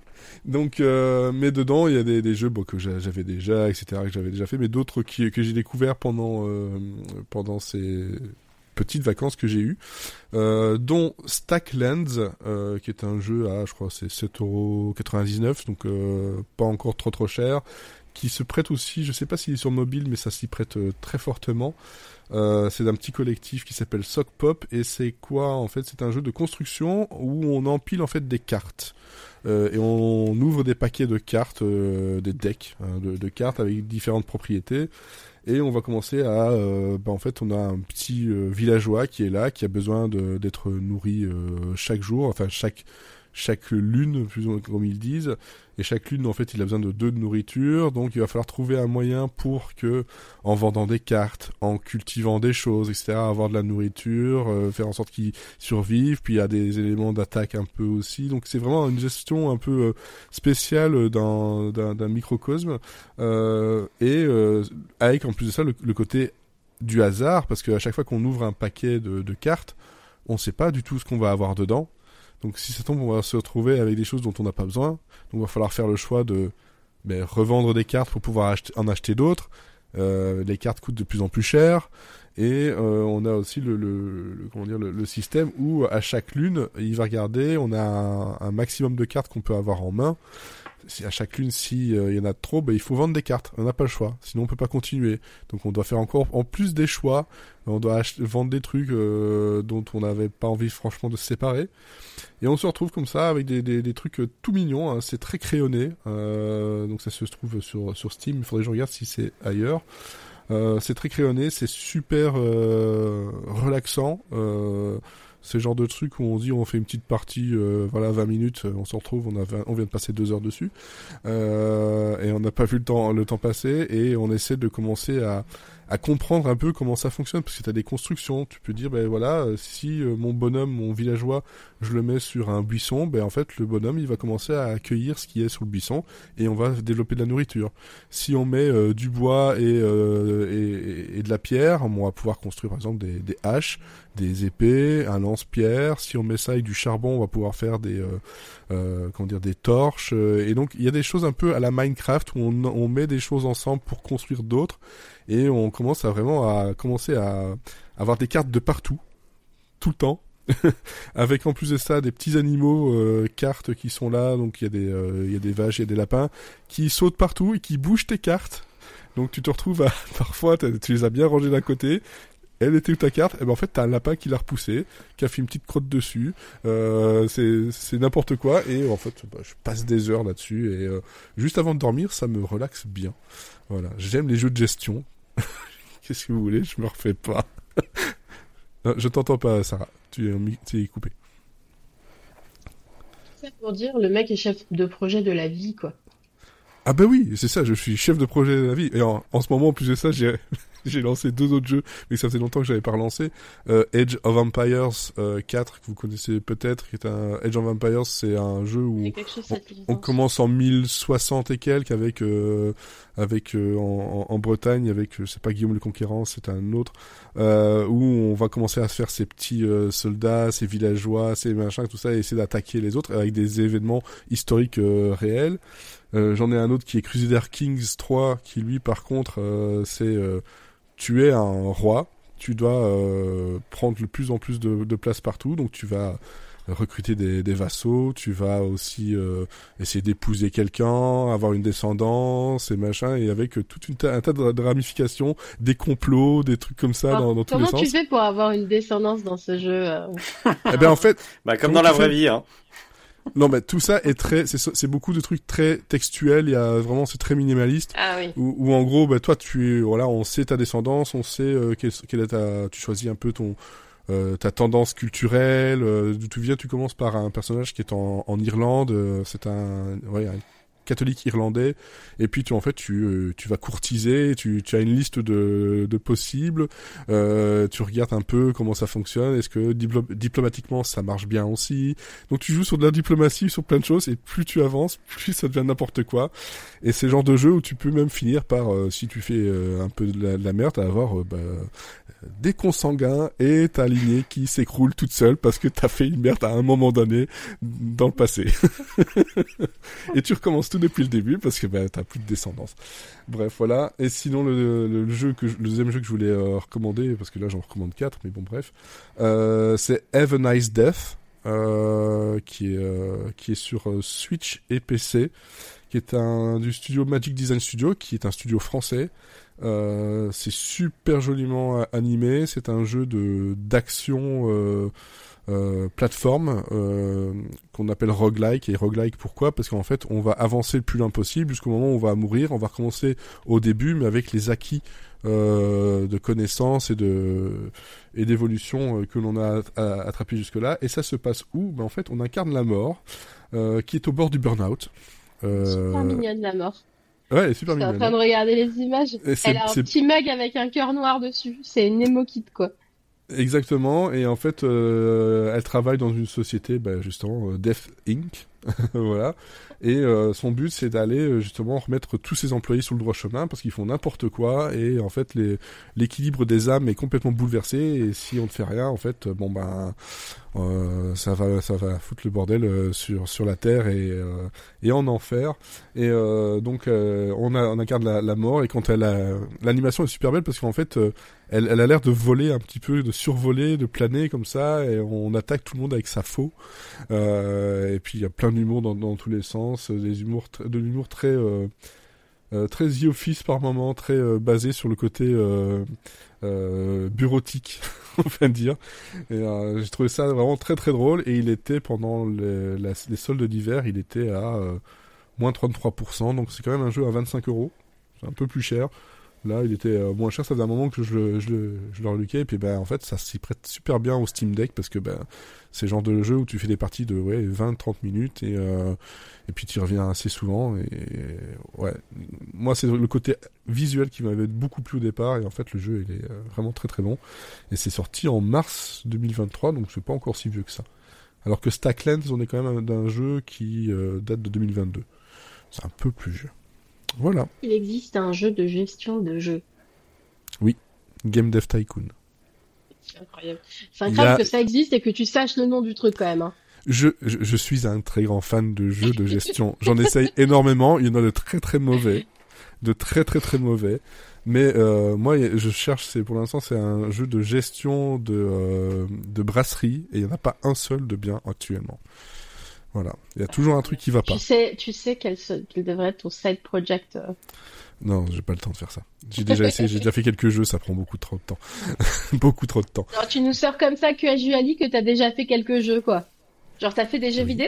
Donc, euh, mais dedans, il y a des, des jeux bon, que j'a- j'avais déjà, et cetera, que j'avais déjà fait, mais d'autres qui, que j'ai découvert pendant, euh, pendant ces petites vacances que j'ai eues, euh, dont Stacklands, euh, qui est un jeu à, je crois, c'est sept euros quatre-vingt-dix-neuf, donc euh, pas encore trop trop cher, qui se prête aussi, je sais pas s'il est sur mobile, mais ça s'y prête euh, très fortement. Euh, c'est d'un petit collectif qui s'appelle Sock Pop, et c'est quoi en fait? C'est un jeu de construction où on empile en fait des cartes. Euh, et on ouvre des paquets de cartes, euh, des decks hein, de, de cartes avec différentes propriétés. Et on va commencer à, euh, bah en fait, on a un petit euh, villageois qui est là, qui a besoin de, d'être nourri euh, chaque jour, enfin chaque chaque lune, plus ou moins, comme ils disent. Et chaque lune, en fait, il a besoin de deux de nourriture. Donc, il va falloir trouver un moyen pour que, en vendant des cartes, en cultivant des choses, et cetera, avoir de la nourriture, euh, faire en sorte qu'il survive. Puis, il y a des éléments d'attaque un peu aussi. Donc, c'est vraiment une gestion un peu euh, spéciale d'un, d'un, d'un microcosme. Euh, et euh, avec, en plus de ça, le, le côté du hasard. Parce qu'à chaque fois qu'on ouvre un paquet de, de cartes, on ne sait pas du tout ce qu'on va avoir dedans. Donc si ça tombe, on va se retrouver avec des choses dont on n'a pas besoin. Donc il va falloir faire le choix de ben, revendre des cartes pour pouvoir acheter, en acheter d'autres. Euh, les cartes coûtent de plus en plus cher. Et euh, on a aussi le, le, le, comment dire, le, le système où à chaque lune, il va regarder, on a un, un maximum de cartes qu'on peut avoir en main. Si à chaque lune, s'il euh, y en a trop, ben, il faut vendre des cartes. On n'a pas le choix. Sinon, on peut pas continuer. Donc, on doit faire encore, en plus des choix, on doit acheter, vendre des trucs euh, dont on n'avait pas envie, franchement, de se séparer. Et on se retrouve comme ça avec des, des, des trucs euh, tout mignons. Hein. C'est très crayonné. Euh, donc, ça se trouve sur, sur Steam. Il faudrait que je regarde si c'est ailleurs. Euh, c'est très crayonné. C'est super euh, relaxant. Euh, C'est le genre de truc où on dit on fait une petite partie, euh, voilà, vingt minutes, on se retrouve, on, a vingt, on vient de passer deux heures dessus, euh, et on n'a pas vu le temps, le temps passer, et on essaie de commencer à, à comprendre un peu comment ça fonctionne, parce que tu as des constructions, tu peux dire, ben voilà, si euh, mon bonhomme, mon villageois, je le mets sur un buisson, ben en fait, le bonhomme, il va commencer à accueillir ce qui est sur le buisson, et on va développer de la nourriture. Si on met euh, du bois et, euh, et, et de la pierre, on va pouvoir construire, par exemple, des, des haches, des épées, un lance-pierre. Si on met ça avec du charbon, on va pouvoir faire des, euh, euh, comment dire, des torches. Et donc, il y a des choses un peu à la Minecraft où on, on met des choses ensemble pour construire d'autres. Et on commence à vraiment à commencer à avoir des cartes de partout, tout le temps. Avec en plus de ça des petits animaux euh, cartes qui sont là. Donc, il y a des, euh, il y a des vaches, il y a des lapins qui sautent partout et qui bougent tes cartes. Donc, tu te retrouves à, parfois, tu les as bien rangées d'un côté. Elle était où ta carte? Et ben en fait t'as un lapin qui l'a repoussé, qui a fait une petite crotte dessus. Euh, c'est c'est n'importe quoi et en fait bah, je passe des heures là-dessus et euh, juste avant de dormir ça me relaxe bien. Voilà, j'aime les jeux de gestion. Qu'est-ce que vous voulez? Je me refais pas. Non, je t'entends pas Sarah. Tu es, tu es coupé. C'est pour dire le mec est chef de projet de la vie quoi. Ah bah oui, c'est ça, je suis chef de projet de la vie. Et en, en ce moment, en plus de ça, j'ai j'ai lancé deux autres jeux, mais ça faisait longtemps que j'avais pas relancé. Euh, Age of Empires euh, quatre, que vous connaissez peut-être, qui est un Age of Empires, c'est un jeu où on, on commence en mille soixante et quelques avec euh, avec euh, en, en Bretagne avec je sais pas Guillaume le Conquérant, c'est un autre euh, où on va commencer à se faire ces petits euh, soldats, ces villageois, ces machins, tout ça, et essayer d'attaquer les autres avec des événements historiques euh, réels. Euh, j'en ai un autre qui est Crusader Kings trois, qui lui par contre euh, c'est euh, tu es un roi, tu dois euh, prendre le plus en plus de, de place partout, donc tu vas recruter des, des vassaux, tu vas aussi euh, essayer d'épouser quelqu'un, avoir une descendance et machin, et avec euh, tout une ta- un tas de, de ramifications, des complots, des trucs comme ça. Alors, dans, dans tous les sens. Comment tu fais pour avoir une descendance dans ce jeu euh... Eh ben en fait, bah comme dans la vraie vie, hein. Non, mais tout ça est très, c'est, c'est beaucoup de trucs très textuels. Il y a vraiment, c'est très minimaliste. Ah oui. Où, où en gros, bah toi, tu, voilà, on sait ta descendance, on sait euh, quelle, quelle est ta, tu choisis un peu ton, euh, ta tendance culturelle. Euh, d'où tu viens, tu commences par un personnage qui est en, en Irlande. Euh, c'est un, ouais, un catholique irlandais, et puis tu en fait tu euh, tu vas courtiser, tu tu as une liste de de possibles, euh, tu regardes un peu comment ça fonctionne, est-ce que diplo- diplomatiquement ça marche bien aussi. Donc tu joues sur de la diplomatie, sur plein de choses, et plus tu avances, plus ça devient n'importe quoi. Et c'est le genre de jeu où tu peux même finir par, euh, si tu fais euh, un peu de la, de la merde, avoir euh, bah, des consanguins et ta lignée qui s'écroule toute seule parce que t'as fait une merde à un moment donné dans le passé. Et tu recommences tout depuis le début parce que bah, t'as plus de descendance. Bref, voilà. Et sinon, le, le, le jeu que je, le deuxième jeu que je voulais euh, recommander, parce que là j'en recommande quatre, mais bon bref, euh, c'est Have a Nice Death, euh, qui est euh, qui est sur euh, Switch et P C, qui est un du studio Magic Design Studio, qui est un studio français. Euh, c'est super joliment animé. C'est un jeu de d'action euh, euh, plateforme euh, qu'on appelle roguelike. Et roguelike pourquoi ? Parce qu'en fait, on va avancer le plus loin possible jusqu'au moment où on va mourir. On va recommencer au début, mais avec les acquis euh, de connaissances et de et d'évolution que l'on a attrapé jusque-là. Et ça se passe où ? Ben en fait, on incarne la mort, euh, qui est au bord du burn-out. Euh... Super mignonne la mort. Ouais, elle est super mignonne. Je suis en train de regarder les images. Elle a un c'est... petit mug avec un cœur noir dessus. C'est une emo kit, quoi. Exactement. Et en fait, euh, elle travaille dans une société, bah, justement, Death Incorporated. Voilà. Et euh, son but, c'est d'aller justement remettre tous ses employés sur le droit chemin parce qu'ils font n'importe quoi. Et en fait, les, l'équilibre des âmes est complètement bouleversé. Et si on ne fait rien, en fait, bon ben, euh, ça va, ça va foutre le bordel euh, sur sur la terre et euh, et en enfer. Et euh, donc, euh, on a on incarne la, la mort. Et quand elle a, l'animation est super belle parce qu'en fait, euh, elle, elle a l'air de voler un petit peu, de survoler, de planer comme ça. Et on attaque tout le monde avec sa faux. Euh, et puis il y a plein d'humour dans, dans tous les sens, des humours tr- de l'humour très euh, euh, très The Office par moment, très euh, basé sur le côté euh, euh, bureautique, on va dire. Et euh, j'ai trouvé ça vraiment très très drôle. Et il était pendant les, la, les soldes d'hiver, il était à euh, moins trente-trois pour cent. Donc c'est quand même un jeu à vingt-cinq euros, c'est un peu plus cher. Là, il était euh, moins cher, ça faisait un moment que je le, je le, je le reluquais, et puis ben, en fait, ça s'y prête super bien au Steam Deck, parce que ben, c'est le genre de jeu où tu fais des parties de ouais, vingt à trente minutes, et, euh, et puis tu y reviens assez souvent, et, et ouais. Moi, c'est le côté visuel qui m'avait beaucoup plu au départ, et en fait, le jeu, il est euh, vraiment très très bon, et c'est sorti en mars deux mille vingt-trois, donc c'est pas encore si vieux que ça. Alors que Stacklands, on est quand même d'un jeu qui euh, date de deux mille vingt-deux. C'est un peu plus vieux. Voilà. Il existe un jeu de gestion de jeu. Oui, Game Dev Tycoon. C'est incroyable. C'est incroyable a... que ça existe et que tu saches le nom du truc quand même. Hein. Je, je, je suis un très grand fan de jeux de gestion. J'en essaye énormément. Il y en a de très très mauvais, de très très très mauvais. Mais euh, moi, je cherche. C'est pour l'instant, c'est un jeu de gestion de euh, de brasserie et il y en a pas un seul de bien actuellement. Voilà, il y a toujours un truc qui va pas. Tu sais, tu sais quel, quel devrait être ton side project. Euh... Non, j'ai pas le temps de faire ça. J'ai déjà essayé, j'ai déjà fait quelques jeux, ça prend beaucoup trop de temps. beaucoup trop de temps. Alors, tu nous sors comme ça que Ajuali que t'as déjà fait quelques jeux, quoi. Genre, t'as fait des jeux oui. vidéo ?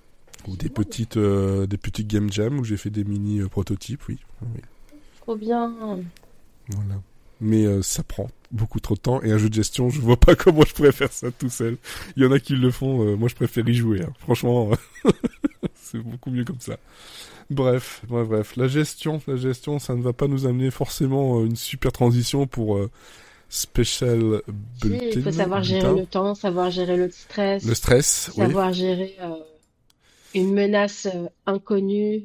Ou des petites, euh, des petites game jam où j'ai fait des mini euh, prototypes, oui. oui. Trop bien. Voilà. Mais euh, ça prend beaucoup trop de temps et un jeu de gestion, je vois pas comment je pourrais faire ça tout seul. Il y en a qui le font, euh, moi je préfère y jouer. Hein. Franchement, c'est beaucoup mieux comme ça. Bref, bref, bref. La gestion, la gestion, ça ne va pas nous amener forcément une super transition pour euh, Special Bulletin. Si, il faut savoir gérer le temps, savoir gérer le stress. Le stress, savoir oui. Savoir gérer euh, une menace euh, inconnue.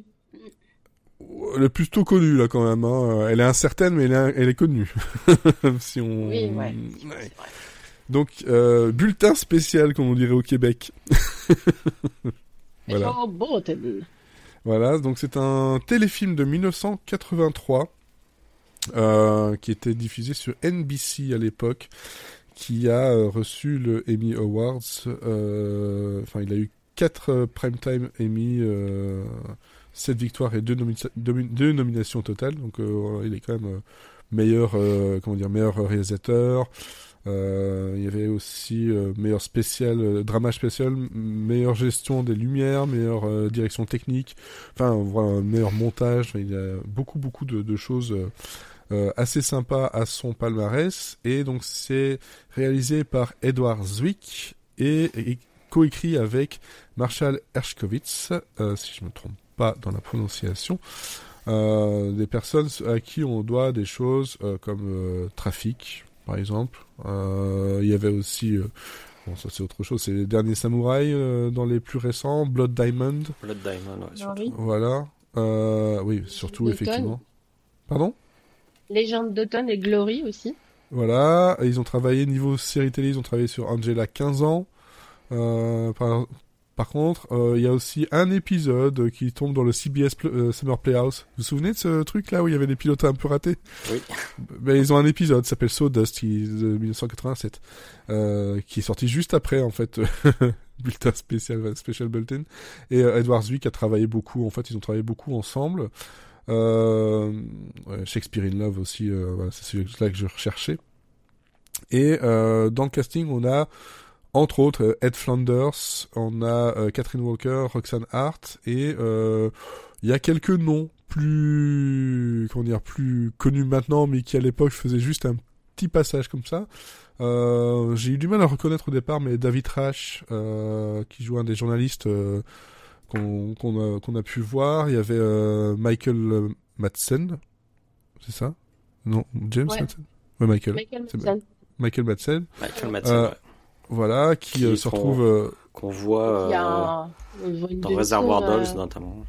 Elle est plutôt connue là quand même. Hein. Elle est incertaine, mais elle est, elle est connue. si on... Oui, ouais. ouais. Donc euh, bulletin spécial, comme on dirait au Québec. Voilà. Oh, bon, voilà. Donc c'est un téléfilm de dix-neuf cent quatre-vingt-trois euh, qui était diffusé sur N B C à l'époque, qui a euh, reçu le Emmy Awards. Enfin, euh, il a eu quatre euh, primetime Emmy. Euh, sept victoires et deux, nomina- deux nominations totales, donc euh, il est quand même euh, meilleur, euh, comment dire, meilleur réalisateur. Euh, il y avait aussi euh, meilleur spécial, euh, drama spécial, meilleure gestion des lumières, meilleure euh, direction technique, enfin voilà, meilleur montage. Enfin, il y a beaucoup beaucoup de, de choses euh, euh, assez sympas à son palmarès. Et donc c'est réalisé par Edward Zwick et, et coécrit avec Marshall Hershkovitz, euh, si je me trompe pas dans la prononciation, euh, des personnes à qui on doit des choses euh, comme euh, Trafic, par exemple. Euh, il y avait aussi, euh, bon ça c'est autre chose, c'est les derniers samouraïs euh, dans les plus récents, Blood Diamond. Blood Diamond, ouais, surtout. Oui. Voilà. Euh, oui, surtout D'automne. effectivement. Pardon ? Légende d'automne et Glory aussi. Voilà, ils ont travaillé niveau série télé, ils ont travaillé sur Angela quinze ans. Euh, par, par contre, il euh, y a aussi un épisode qui tombe dans le C B S Pl- euh, Summer Playhouse. Vous vous souvenez de ce truc là où il y avait des pilotes un peu ratés ? Oui. Ben, ils ont un épisode qui s'appelle Sawdust qui, de dix-neuf cent quatre-vingt-sept, euh, qui est sorti juste après en fait. Bulletin spécial, Special Bulletin. Et euh, Edward Zwick a travaillé beaucoup. En fait, ils ont travaillé beaucoup ensemble. Euh, ouais, Shakespeare in Love aussi, euh, voilà, c'est celui-là que je recherchais. Et euh, dans le casting, on a entre autres Ed Flanders, on a euh, Catherine Walker, Roxanne Hart, et il euh, y a quelques noms plus, comment dire, plus connus maintenant, mais qui à l'époque faisaient juste un petit passage comme ça. Euh, j'ai eu du mal à reconnaître au départ, mais David Rash, euh, qui joue un des journalistes euh, qu'on, qu'on, a, qu'on a pu voir. Il y avait euh, Michael Madsen, c'est ça ? Non, James Ouais. Madsen ? Ouais, Michael. Michael C'est Madsen. Michael Madsen. Michael Madsen, Euh, ouais. Voilà, qui, Qui euh, se font- retrouve... euh, Qu'on voit Il y a euh, un... on voit une dans demi-tour, Reservoir euh, Dogs, notamment.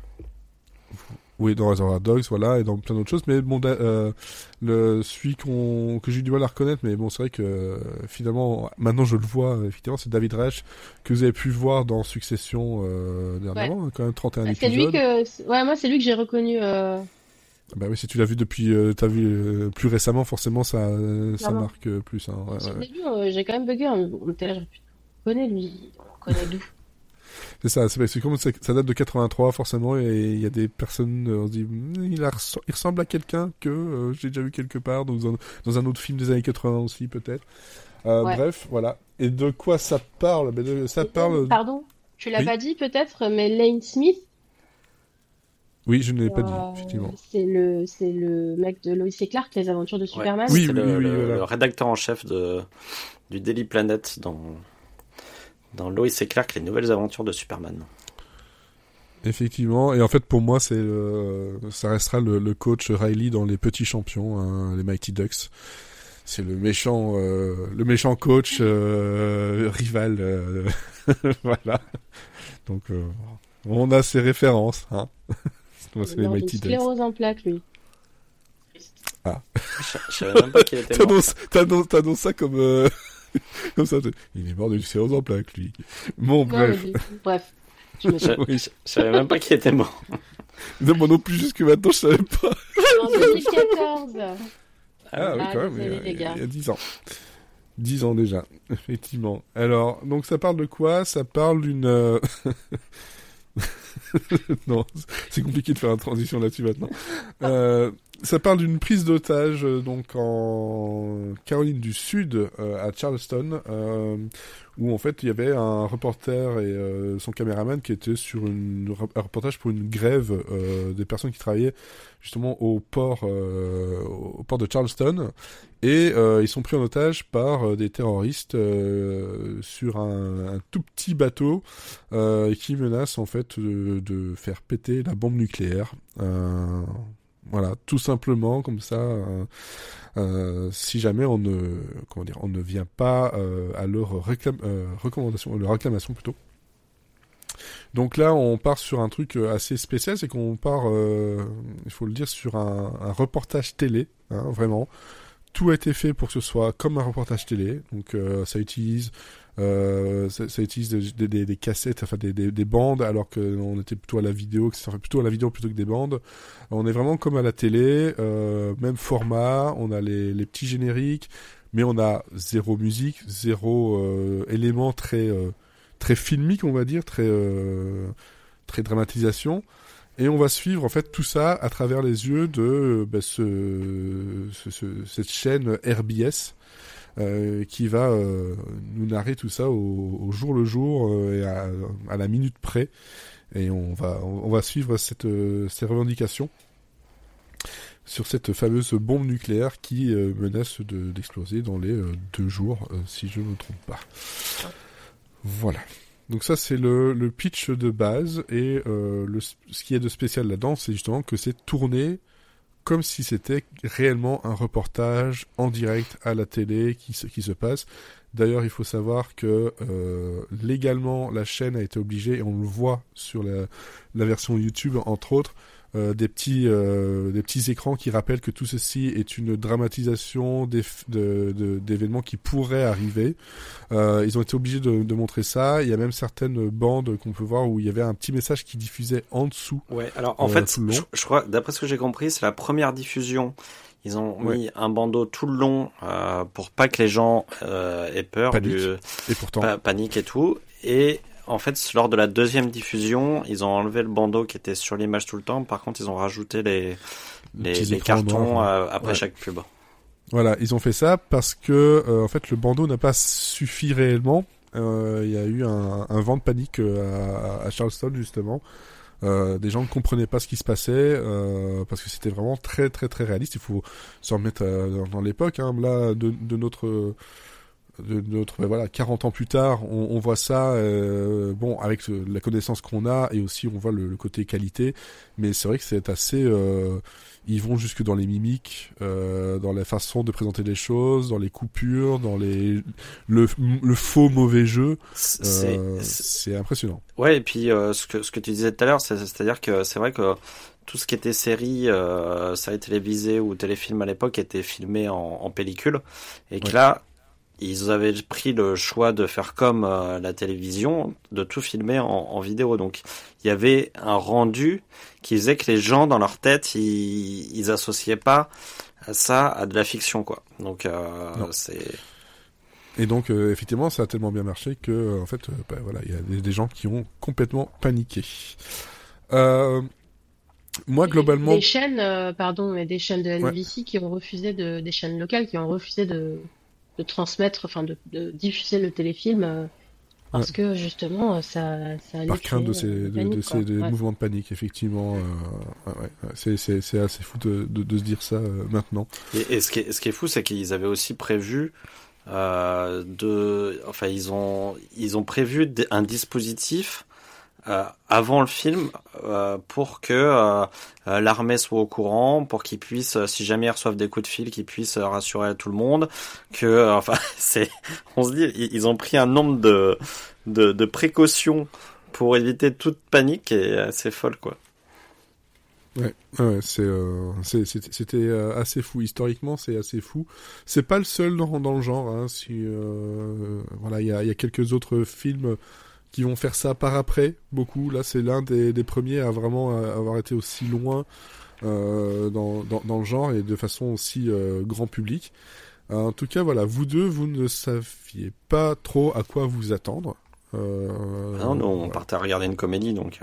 Oui, dans Reservoir Dogs, voilà, et dans plein d'autres choses. Mais bon, da- euh, le celui qu'on que j'ai eu du mal à reconnaître, mais bon, c'est vrai que euh, finalement, maintenant je le vois. euh, Effectivement, c'est David Rash que vous avez pu voir dans Succession euh, dernièrement, hein, quand même trente et un Ah, c'est lui épisodes. que... Ouais, moi, c'est lui que j'ai reconnu. Euh... Bah oui, si tu l'as vu depuis, euh, t'as vu euh, plus récemment, forcément, ça, euh, ça Clairement. marque euh, plus. Hein, ouais, Sur ouais, le ouais. début, euh, j'ai quand même bugué. On on était là, genre, putain, on connaît lui. On connaît d'où? C'est ça, c'est, c'est comme ça, ça date de quatre-vingt-trois forcément, et il y a des personnes, euh, on se dit, Hm, il, a res- il ressemble à quelqu'un que euh, j'ai déjà vu quelque part, dans un, dans un autre film des années quatre-vingts aussi peut-être. Euh, Ouais. Bref, voilà. Et de quoi ça parle Ben, de- Ça Et, parle... Pardon, tu l'as Oui. pas dit peut-être, mais Lane Smith, Oui, je ne l'ai pas dit, euh, effectivement. c'est le, c'est le mec de Lois et Clark, Les Aventures de Superman. Oui, c'est oui, le, oui, le- voilà. le rédacteur en chef de, du Daily Planet dans, dans Lois et Clark, les nouvelles aventures de Superman. Effectivement, et en fait pour moi c'est euh, ça restera le, le coach Riley dans Les Petits Champions, hein, les Mighty Ducks. C'est le méchant, euh, le méchant coach euh, rival, euh, voilà. Donc euh, on a ses références, hein. Moi, c'est Il les meurt d'une Mighty Ducks. sclérose en plaques, lui. Je, je savais même pas qu'il était mort. T'annonces, t'annonces, t'annonces ça comme euh, comme ça. Il est mort d'une sclérose en plaques, lui. Bon, Non, bref. mais du- Bref. Je me Je, Oui. je- je savais même pas qu'il était mort. Non, moi non plus jusque maintenant je savais pas. En deux mille quatorze. Ah oui, Ah, quand même, désolé, il y a- les gars. il y a dix ans. dix ans déjà, effectivement. Alors, donc ça parle de quoi ? Ça parle d'une... euh, non, c'est compliqué de faire une transition là-dessus maintenant. Euh, ça parle d'une prise d'otage euh, donc en Caroline du Sud, euh, à Charleston, euh, où en fait il y avait un reporter et euh, son caméraman qui étaient sur une, un reportage pour une grève euh, des personnes qui travaillaient justement au port, euh, au port de Charleston, et euh, ils sont pris en otage par euh, des terroristes euh, sur un, un tout petit bateau euh, qui menace en fait de, de faire péter la bombe nucléaire. Euh, voilà, tout simplement comme ça. Euh, euh, si jamais on ne, comment dire, on ne vient pas euh, à leur réclam- euh, recommandation, leur réclamation plutôt. Donc là, on part sur un truc assez spécial, c'est qu'on part, euh, il faut le dire, sur un, un reportage télé, hein, vraiment. Tout a été fait pour que ce soit comme un reportage télé, donc euh, ça utilise, euh, ça, ça utilise des, des, des cassettes, enfin des, des, des bandes, alors qu'on était plutôt à la vidéo, que ça fait plutôt à la vidéo plutôt que des bandes. On est vraiment comme à la télé, euh, même format, on a les, les petits génériques, mais on a zéro musique, zéro euh, élément très euh, très filmique, on va dire, très euh, très dramatisation. Et on va suivre en fait tout ça à travers les yeux de bah, ce, ce, ce, cette chaîne R B S euh, qui va euh, nous narrer tout ça au, au jour le jour euh, et à, à la minute près. Et on va, on va suivre cette, euh, ces revendications sur cette fameuse bombe nucléaire qui euh, menace de, d'exploser dans les euh, deux jours, euh, si je ne me trompe pas. Voilà. Donc ça c'est le, le pitch de base et euh, le, ce qui est de spécial là-dedans, c'est justement que c'est tourné comme si c'était réellement un reportage en direct à la télé qui se, qui se passe. D'ailleurs, il faut savoir que euh, légalement, la chaîne a été obligée, et on le voit sur la, la version YouTube, entre autres, euh, des petits euh, des petits écrans qui rappellent que tout ceci est une dramatisation de, de, d'événements qui pourraient arriver. Euh, ils ont été obligés de, de montrer ça. Il y a même certaines bandes qu'on peut voir où il y avait un petit message qui diffusait en dessous. Ouais, alors en euh, fait, je, je crois, d'après ce que j'ai compris, c'est la première diffusion. Ils ont ouais. mis un bandeau tout le long euh, pour pas que les gens euh, aient peur, panique. Du, et pourtant pa- panique et tout. Et en fait, lors de la deuxième diffusion, ils ont enlevé le bandeau qui était sur l'image tout le temps. Par contre, ils ont rajouté les les, les cartons euh, après ouais. chaque pub. Voilà, ils ont fait ça parce que euh, en fait, le bandeau n'a pas suffi réellement. Euh, il y a eu un, un vent de panique à, à Charleston justement. Euh, des gens ne comprenaient pas ce qui se passait euh, parce que c'était vraiment très très très réaliste. Il faut se remettre euh, dans, dans l'époque. Hein. Là, de, de notre de notre ben voilà quarante ans plus tard, on, on voit ça. Euh, bon, avec la connaissance qu'on a et aussi on voit le, le côté qualité. Mais c'est vrai que c'est assez. Euh, ils vont jusque dans les mimiques, euh, dans la façon de présenter les choses, dans les coupures, dans les le, le faux mauvais jeu. C'est, euh, c'est... c'est impressionnant. Ouais, et puis euh, ce que ce que tu disais tout à l'heure, c'est, c'est-à-dire que c'est vrai que tout ce qui était série, euh, série télévisée ou téléfilm à l'époque était filmé en, en pellicule, et que ouais. là, ils avaient pris le choix de faire comme euh, la télévision, de tout filmer en, en vidéo. Donc, il y avait un rendu qui faisait que les gens, dans leur tête, ils, ils associaient pas ça à de la fiction, quoi. Donc, euh, c'est... Et donc, euh, effectivement, ça a tellement bien marché que, euh, en fait, euh, bah, voilà, il y a des, des gens qui ont complètement paniqué. Euh... Moi, globalement... Des chaînes, euh, pardon, mais des chaînes de N B C ouais. qui ont refusé de... des chaînes locales qui ont refusé de... de transmettre, enfin de, de diffuser le téléfilm euh, parce ouais. que justement ça, ça allait par crainte de ces, de, de, de ces de ouais. mouvements de panique, effectivement. Euh, ouais, ouais. C'est, c'est, c'est assez fou de, de, de se dire ça euh, maintenant. Et, et ce, qui est, ce qui est fou, c'est qu'ils avaient aussi prévu euh, de, enfin ils ont ils ont prévu un dispositif Euh, avant le film euh, pour que euh, euh, l'armée soit au courant, pour qu'ils puissent, euh, si jamais ils reçoivent des coups de fil, qu'ils puissent euh, rassurer tout le monde, que euh, enfin c'est, on se dit ils, ils ont pris un nombre de, de de précautions pour éviter toute panique qui est assez folle quoi. Ouais, ouais, c'est, euh, c'est, c'était, c'était euh, assez fou. Historiquement, c'est assez fou. C'est pas le seul dans, dans le genre. Hein, si euh, voilà, il y a il y a quelques autres films qui vont faire ça par après, beaucoup. Là, c'est l'un des, des premiers à vraiment avoir été aussi loin euh, dans, dans, dans le genre et de façon aussi euh, grand public. Euh, en tout cas, voilà, vous deux, vous ne saviez pas trop à quoi vous attendre. Euh, ah non, non, on voilà. partait à regarder une comédie, donc...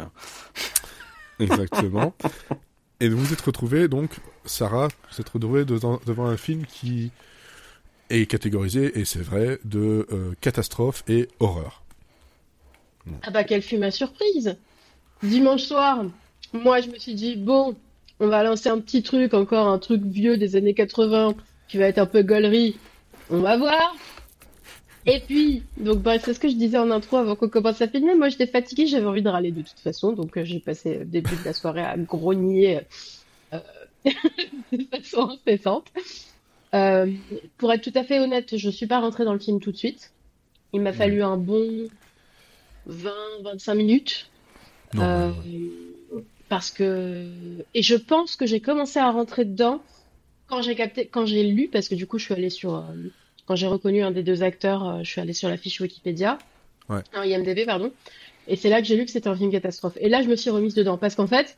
Exactement. Et vous vous êtes retrouvés, donc, Sarah, vous êtes retrouvée devant, devant un film qui est catégorisé, et c'est vrai, de euh, catastrophe et horreur. Ah bah quelle fut ma surprise! Dimanche soir, moi je me suis dit bon, on va lancer un petit truc, encore un truc vieux des années quatre-vingts qui va être un peu gaulerie. On va voir. Et puis, donc bah, c'est ce que je disais en intro avant qu'on commence à filmer. Moi j'étais fatiguée, j'avais envie de râler de toute façon, donc euh, j'ai passé le début de la soirée à grogner euh, de façon incessante. Euh, pour être tout à fait honnête, je suis pas rentrée dans le film tout de suite. Il m'a fallu un bon vingt à vingt-cinq minutes. Non, euh, ouais. Parce que... Et je pense que j'ai commencé à rentrer dedans quand j'ai capté, quand j'ai lu, parce que du coup, je suis allée sur... Euh, quand j'ai reconnu un des deux acteurs, euh, je suis allée sur la fiche Wikipédia. Ouais. Non, I M D B, pardon. Et c'est là que j'ai lu que c'était un film catastrophe. Et là, je me suis remise dedans. Parce qu'en fait,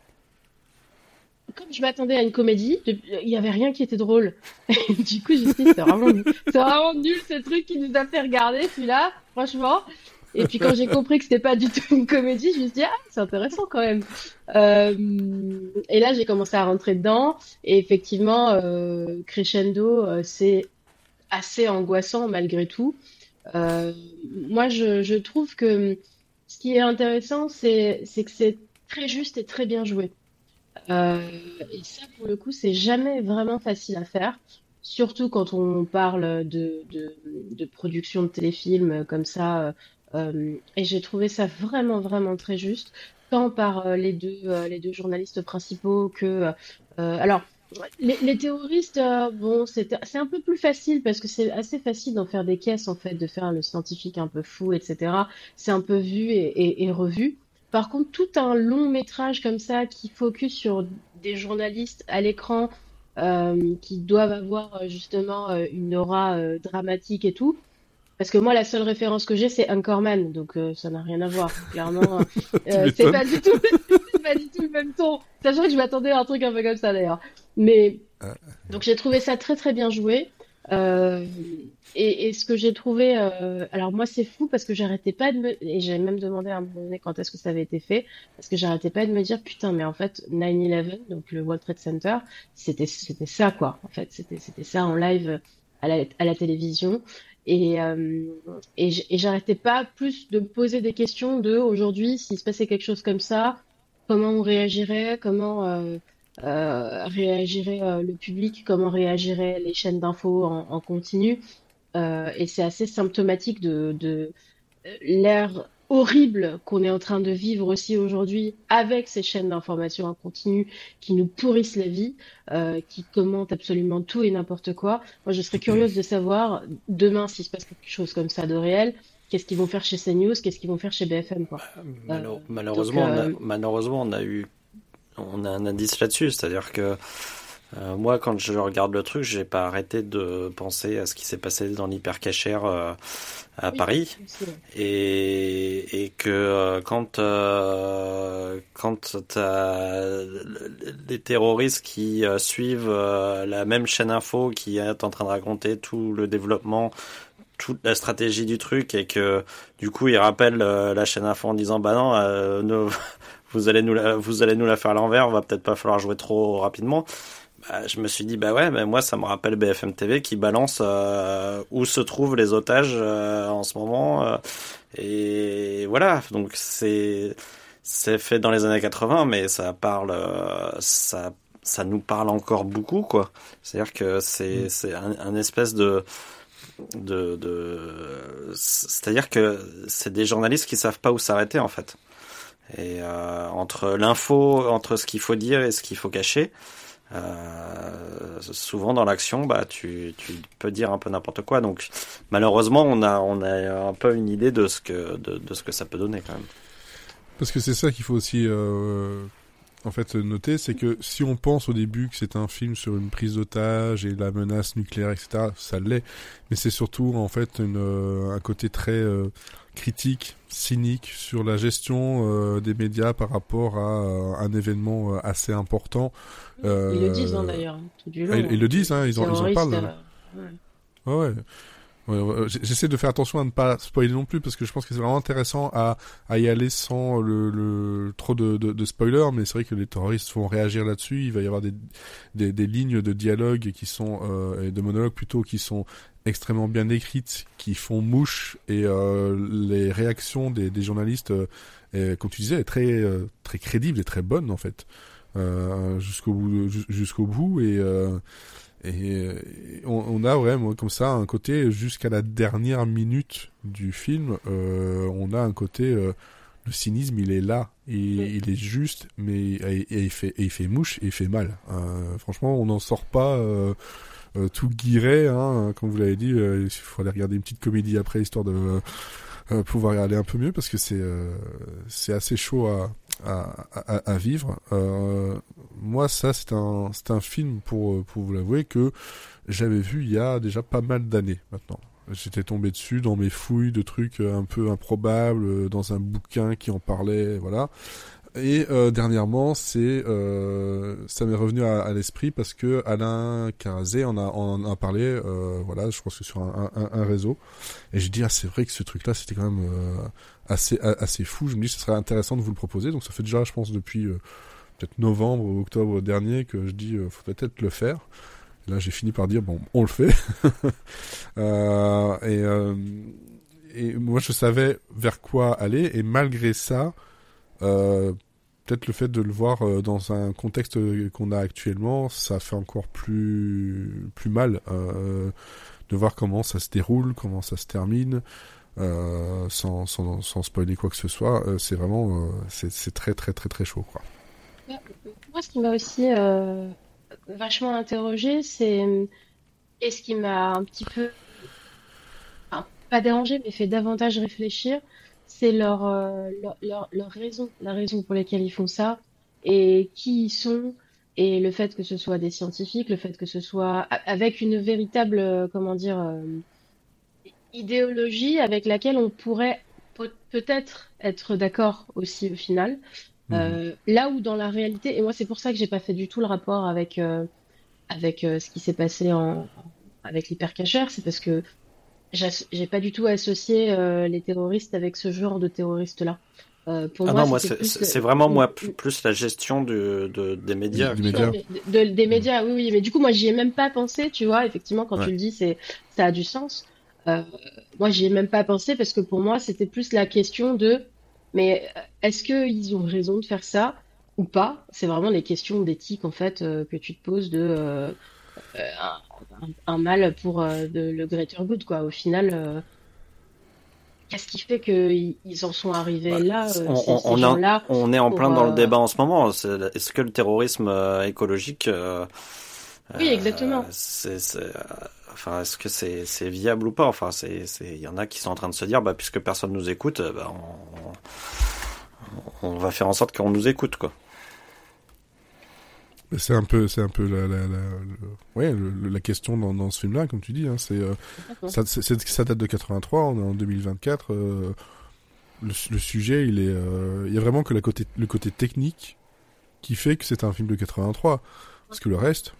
comme je m'attendais à une comédie, il y avait rien qui était drôle. Et du coup, j'ai dit, c'est vraiment, c'est vraiment nul ce truc qui nous a fait regarder, celui-là, franchement. Et puis quand j'ai compris que c'était pas du tout une comédie, je me suis dit, ah, c'est intéressant quand même. Euh, et là, j'ai commencé à rentrer dedans. Et effectivement, euh, crescendo, euh, c'est assez angoissant malgré tout. Euh, moi, je, je trouve que ce qui est intéressant, c'est, c'est que c'est très juste et très bien joué. Euh, et ça, pour le coup, c'est jamais vraiment facile à faire. Surtout quand on parle de, de, de production de téléfilms comme ça, Euh, et j'ai trouvé ça vraiment, vraiment très juste, tant par euh, les deux, euh, les deux journalistes principaux que... euh, alors, les, les terroristes, euh, bon, c'est c'est un peu plus facile parce que c'est assez facile d'en faire des caisses, en fait, de faire le scientifique un peu fou, et cetera. C'est un peu vu et, et, et revu. Par contre, tout un long métrage comme ça qui focus sur des journalistes à l'écran euh, qui doivent avoir euh, justement euh, une aura euh, dramatique et tout. Parce que moi, la seule référence que j'ai, c'est Anchorman, donc euh, ça n'a rien à voir. Clairement, Tu euh, c'est m'étonnes. pas du tout, c'est pas du tout le même ton. Sachant que je m'attendais à un truc un peu comme ça d'ailleurs. Mais Euh, donc j'ai trouvé ça très très bien joué. Euh, et, et ce que j'ai trouvé, euh, alors moi c'est fou parce que j'arrêtais pas de me, et j'ai même demandé à un moment donné quand est-ce que ça avait été fait, parce que j'arrêtais pas de me dire putain mais en fait neuf onze, donc le World Trade Center, c'était c'était ça quoi. En fait c'était c'était ça en live à la à la télévision. Et, euh, et j- et j'arrêtais pas plus de me poser des questions de aujourd'hui s'il se passait quelque chose comme ça, comment on réagirait, comment euh, euh, réagirait euh, le public, comment réagiraient les chaînes d'infos en, en continu. Euh, et c'est assez symptomatique de, de euh, l'ère horrible qu'on est en train de vivre aussi aujourd'hui avec ces chaînes d'information en continu qui nous pourrissent la vie, euh, qui commentent absolument tout et n'importe quoi. Moi, je serais curieuse de savoir demain s'il se passe quelque chose comme ça de réel. Qu'est-ce qu'ils vont faire chez CNews, qu'est-ce qu'ils vont faire chez B F M, quoi. Euh, Malo- donc, malheureusement, on a, euh, malheureusement, on a eu, on a un indice là-dessus, c'est-à-dire que euh, moi, quand je regarde le truc, j'ai pas arrêté de penser à ce qui s'est passé dans l'hypercachère euh, à oui, Paris, aussi, ouais. et, et que euh, quand euh, quand t'as les terroristes qui euh, suivent euh, la même chaîne info qui est en train de raconter tout le développement, toute la stratégie du truc, et que du coup ils rappellent euh, la chaîne info en disant bah non, euh, nous, vous allez nous la, vous allez nous la faire à l'envers, va peut-être pas falloir jouer trop rapidement. Bah, je me suis dit bah ouais, mais moi ça me rappelle B F M T V qui balance euh, où se trouvent les otages euh, en ce moment, euh, et voilà, donc c'est c'est fait dans les années quatre-vingts, mais ça parle euh, ça ça nous parle encore beaucoup, quoi. C'est-à-dire que c'est mm. c'est un, un espèce de de, de... c'est-à-dire que c'est des journalistes qui savent pas où s'arrêter, en fait. Et euh, entre l'info, entre ce qu'il faut dire et ce qu'il faut cacher, euh, souvent dans l'action, bah tu, tu peux dire un peu n'importe quoi. Donc malheureusement, on a on a un peu une idée de ce que de, de ce que ça peut donner quand même. Parce que c'est ça qu'il faut aussi euh, en fait noter, c'est que si on pense au début que c'est un film sur une prise d'otage et la menace nucléaire, et cetera, ça l'est, mais c'est surtout en fait une, euh, un côté très euh, critique, cynique sur la gestion euh, des médias par rapport à euh, un événement euh, assez important. Ils le disent hein, Euh, d'ailleurs, tout du ils, long. ils le disent, hein, ils en, ils en Terroriste, parlent. euh, ouais. Ouais, ouais. Ouais, ouais, j- j'essaie de faire attention à ne pas spoiler non plus parce que je pense que c'est vraiment intéressant à, à y aller sans le, le trop de, de, de spoilers, mais c'est vrai que les terroristes vont réagir là-dessus. Il va y avoir des, des, des lignes de dialogue qui sont euh, et de monologues plutôt qui sont extrêmement bien écrites, qui font mouche, et euh, les réactions des, des journalistes, euh, est, comme tu disais, est très euh, très crédibles et très bonnes en fait, euh, jusqu'au bout jus- jusqu'au bout et euh, et euh, on, on a vraiment comme ça un côté jusqu'à la dernière minute du film, euh, on a un côté euh, le cynisme il est là et Oui. il est juste, mais et, et il fait et il fait mouche et il fait mal. Euh, franchement, on n'en sort pas euh, euh, tout guiré, hein, comme vous l'avez dit. Euh, il faut aller regarder une petite comédie après histoire de euh, pouvoir y aller un peu mieux parce que c'est euh, c'est assez chaud à à, à, à vivre. Euh, moi, ça c'est un c'est un film pour pour vous l'avouer que j'avais vu il y a déjà pas mal d'années maintenant. J'étais tombé dessus dans mes fouilles de trucs un peu improbables dans un bouquin qui en parlait, voilà. Et euh, dernièrement, c'est euh, ça m'est revenu à, à l'esprit parce que Alain Carazé en a en a parlé, euh, voilà, je pense que sur un, un, un réseau. Et j'ai dit ah c'est vrai que ce truc-là c'était quand même euh, assez assez fou. Je me dis ce serait intéressant de vous le proposer. Donc ça fait déjà, je pense, depuis euh, peut-être novembre ou octobre dernier que je dis euh, faut peut-être le faire. Et là j'ai fini par dire bon on le fait. euh, et euh, et moi je savais vers quoi aller et malgré ça. Euh, peut-être le fait de le voir euh, dans un contexte qu'on a actuellement, ça fait encore plus plus mal euh, de voir comment ça se déroule, comment ça se termine. euh, sans, sans, sans spoiler quoi que ce soit. Euh, c'est vraiment, euh, c'est, c'est très très très très chaud, quoi. Moi, ce qui m'a aussi euh, vachement interrogée, c'est et ce qui m'a un petit peu, enfin, pas dérangé, mais fait davantage réfléchir, c'est leur, euh, leur, leur, leur raison, la raison pour laquelle ils font ça, et qui ils sont, et le fait que ce soit des scientifiques, le fait que ce soit a- avec une véritable, euh, comment dire, euh, idéologie avec laquelle on pourrait peut- peut-être être d'accord aussi au final. Mhm. Euh, là où dans la réalité, et moi c'est pour ça que j'ai pas fait du tout le rapport avec euh, avec euh, ce qui s'est passé en avec l'hypercachère, c'est parce que j'as- j'ai pas du tout associé euh, les terroristes avec ce genre de terroristes-là. Euh, pour Ah moi, non, moi, c'était c'est plus c'est- euh, c'est vraiment une, moi p- plus la gestion du, de, des Du, médias. du bien sûr, média. mais de- de- des Mhm. médias, oui, oui, mais du coup, moi, j'y ai même pas pensé, tu vois. Effectivement, quand tu Ouais. le dis, c'est, ça a du sens. Euh, Moi, j'y ai même pas pensé parce que pour moi, c'était plus la question de, mais euh, est-ce qu'ils ont raison de faire ça ou pas? C'est vraiment les questions d'éthique, en fait, euh, que tu te poses de euh, euh, un, un- un mal pour euh, de, le greater good, quoi. Au final, euh, qu'est-ce qui fait qu'ils ils en sont arrivés Bah, là, euh, on, ces, on, ces on, a- gens-là, on est en plein pour, dans le euh, débat en ce moment. C'est- Est-ce que le terrorisme euh, écologique, euh, oui, euh, exactement. c'est, c'est, euh, enfin, est-ce que c'est, c'est viable ou pas? Enfin, c'est, c'est, il y en a qui sont en train de se dire, bah, puisque personne nous écoute, euh, bah, on, on va faire en sorte qu'on nous écoute, quoi. C'est un peu, c'est un peu la, la, la, le- ouais, le- le- la question dans, dans ce film-là, comme tu dis. Hein, c'est, euh, ça, c'est, c'est- ça date de quatre-vingt-trois, on est en deux mille vingt-quatre. Euh, le, le sujet, il est, euh, il y a vraiment que la côté, le côté technique qui fait que c'est un film de quatre-vingt-trois, parce que le reste,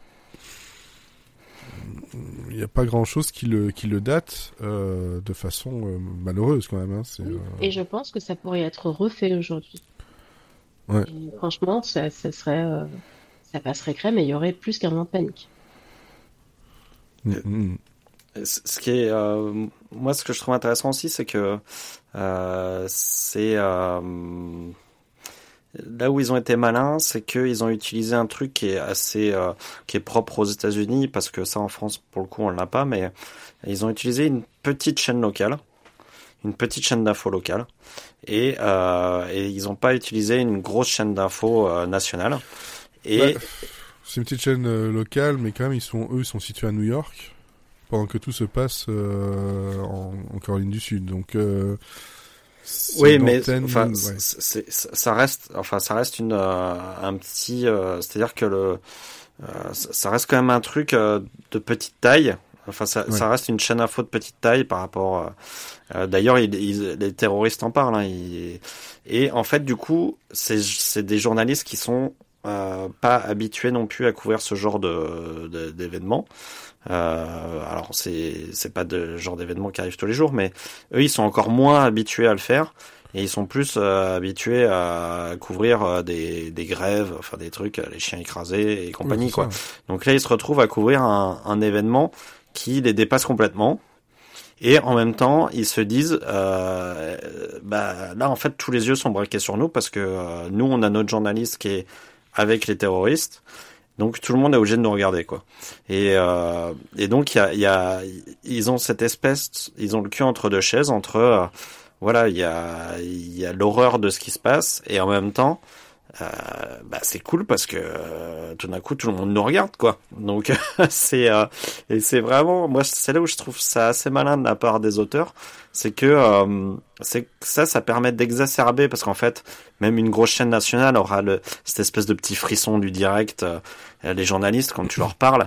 il n'y a pas grand-chose qui le, qui le date euh, de façon euh, malheureuse quand même. Hein, c'est, Oui. euh, Et je pense que ça pourrait être refait aujourd'hui. ouais. Et franchement, ça, ça serait, euh, ça passerait crème et il y aurait plus qu'un moment de panique. Mm, mm. Et c- Ce qui est, euh, moi, ce que je trouve intéressant aussi, c'est que euh, c'est euh, là où ils ont été malins, c'est qu'ils ont utilisé un truc qui est assez, euh, qui est propre aux États-Unis, parce que ça en France, pour le coup, on l'a pas, mais ils ont utilisé une petite chaîne locale, une petite chaîne d'infos locale, et, euh, et ils n'ont pas utilisé une grosse chaîne d'infos euh, nationale. Et Ouais, c'est une petite chaîne euh, locale, mais quand même, ils sont, eux, ils sont situés à New York, pendant que tout se passe euh, en, en Caroline du Sud. Donc, euh, c'est oui, une mais antenne, enfin, ouais. c'est, c'est- ça reste, enfin, ça reste une, euh, un petit, euh, c'est-à-dire que le, euh, ça ça reste quand même un truc euh, de petite taille. Enfin, ça, Ouais. ça reste une chaîne info de petite taille par rapport. euh, euh, d'ailleurs, ils- ils- les terroristes en parlent. Hein, ils- et en fait, du coup, c'est, c'est des journalistes qui sont euh, pas habitués non plus à couvrir ce genre de, de- d'événements. Euh, alors c'est c'est pas de genre d'événement qui arrive tous les jours, mais eux ils sont encore moins habitués à le faire et ils sont plus euh, habitués à couvrir euh, des des grèves, enfin des trucs, euh, les chiens écrasés et Ouais, compagnie c'est quoi. ça. Donc là ils se retrouvent à couvrir un un événement qui les dépasse complètement. Et en même temps, ils se disent, euh, bah là en fait tous les yeux sont braqués sur nous parce que euh, nous on a notre journaliste qui est avec les terroristes. Donc tout le monde est obligé de nous regarder quoi. Et euh, et donc il y a il y a ils ont cette espèce, ils ont le cul entre deux chaises entre euh, voilà, il y a il y a l'horreur de ce qui se passe et en même temps euh, bah c'est cool parce que euh, tout d'un coup tout le monde nous regarde quoi. Donc c'est euh, et c'est vraiment moi c'est là où je trouve ça assez malin de la part des auteurs, c'est que euh, c'est que ça ça permet d'exacerber parce qu'en fait même une grosse chaîne nationale aura le cette espèce de petit frisson du direct. Euh, les journalistes quand tu leur parles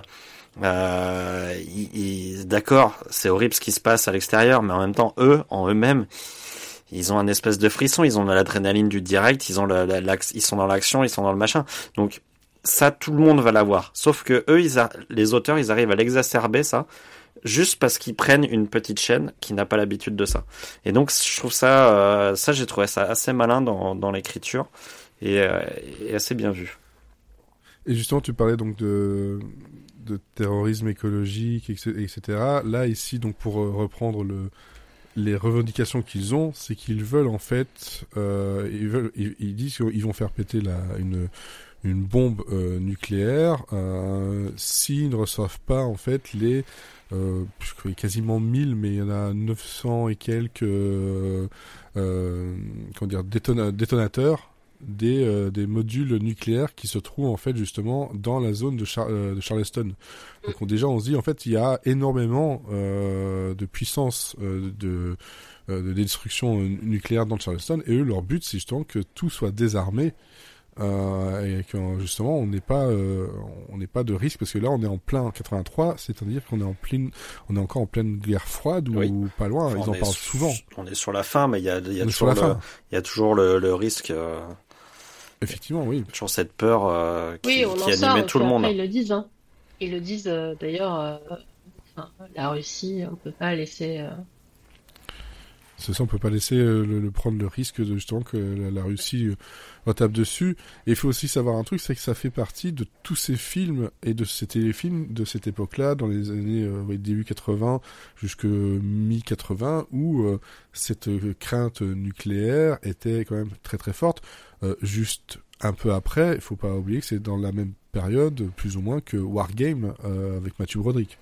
euh, ils, ils, d'accord c'est horrible ce qui se passe à l'extérieur mais en même temps eux en eux-mêmes ils ont un espèce de frisson, ils ont de l'adrénaline du direct, ils ont la, la, la, ils sont dans l'action, ils sont dans le machin. Donc ça, tout le monde va l'avoir. Sauf que eux, ils a, les auteurs, ils arrivent à l'exacerber ça, juste parce qu'ils prennent une petite chaîne qui n'a pas l'habitude de ça. Et donc je trouve ça, euh, ça j'ai trouvé ça assez malin dans, dans l'écriture et, euh, et assez bien vu. Et justement, tu parlais donc de, de terrorisme écologique, et cetera. Là, ici, donc pour euh, reprendre le, les revendications qu'ils ont, c'est qu'ils veulent en fait, euh, ils veulent, ils, ils disent qu'ils vont faire péter la, une, une bombe euh, nucléaire euh, s'ils ne reçoivent pas en fait les euh, quasiment mille, mais il y en a neuf cents et quelques euh, euh, comment dire détona- détonateurs des euh, des modules nucléaires qui se trouvent en fait justement dans la zone de, Char- euh, de Charleston. Donc on, déjà on se dit en fait il y a énormément euh, de puissance euh, de de destruction nucléaire dans le Charleston, et eux leur but c'est justement que tout soit désarmé euh, et que justement on n'est pas euh, on n'est pas de risque, parce que là on est en plein quatre-vingt-trois, c'est-à-dire qu'on est en pleine on est encore en pleine guerre froide ou oui. pas loin. Enfin, ils en parlent su- souvent. On est sur la fin, mais il y a il y a toujours le, il y a toujours le, le risque. Euh... Effectivement, oui. Toujours cette peur euh, qui, oui, on qui en animait sort, tout le monde. Après, ils le disent, hein. Ils le disent euh, d'ailleurs. Euh, enfin, la Russie, on peut pas laisser. Euh... C'est ça, on peut pas laisser euh, le, le prendre le risque de justement que la, la Russie euh, retape dessus. Et il faut aussi savoir un truc, c'est que ça fait partie de tous ces films et de ces téléfilms de cette époque-là, dans les années euh, début quatre-vingts jusque mi quatre-vingts, où euh, cette euh, crainte nucléaire était quand même très très forte. Euh, juste un peu après, il faut pas oublier que c'est dans la même période, plus ou moins, que Wargame euh, avec Matthew Broderick.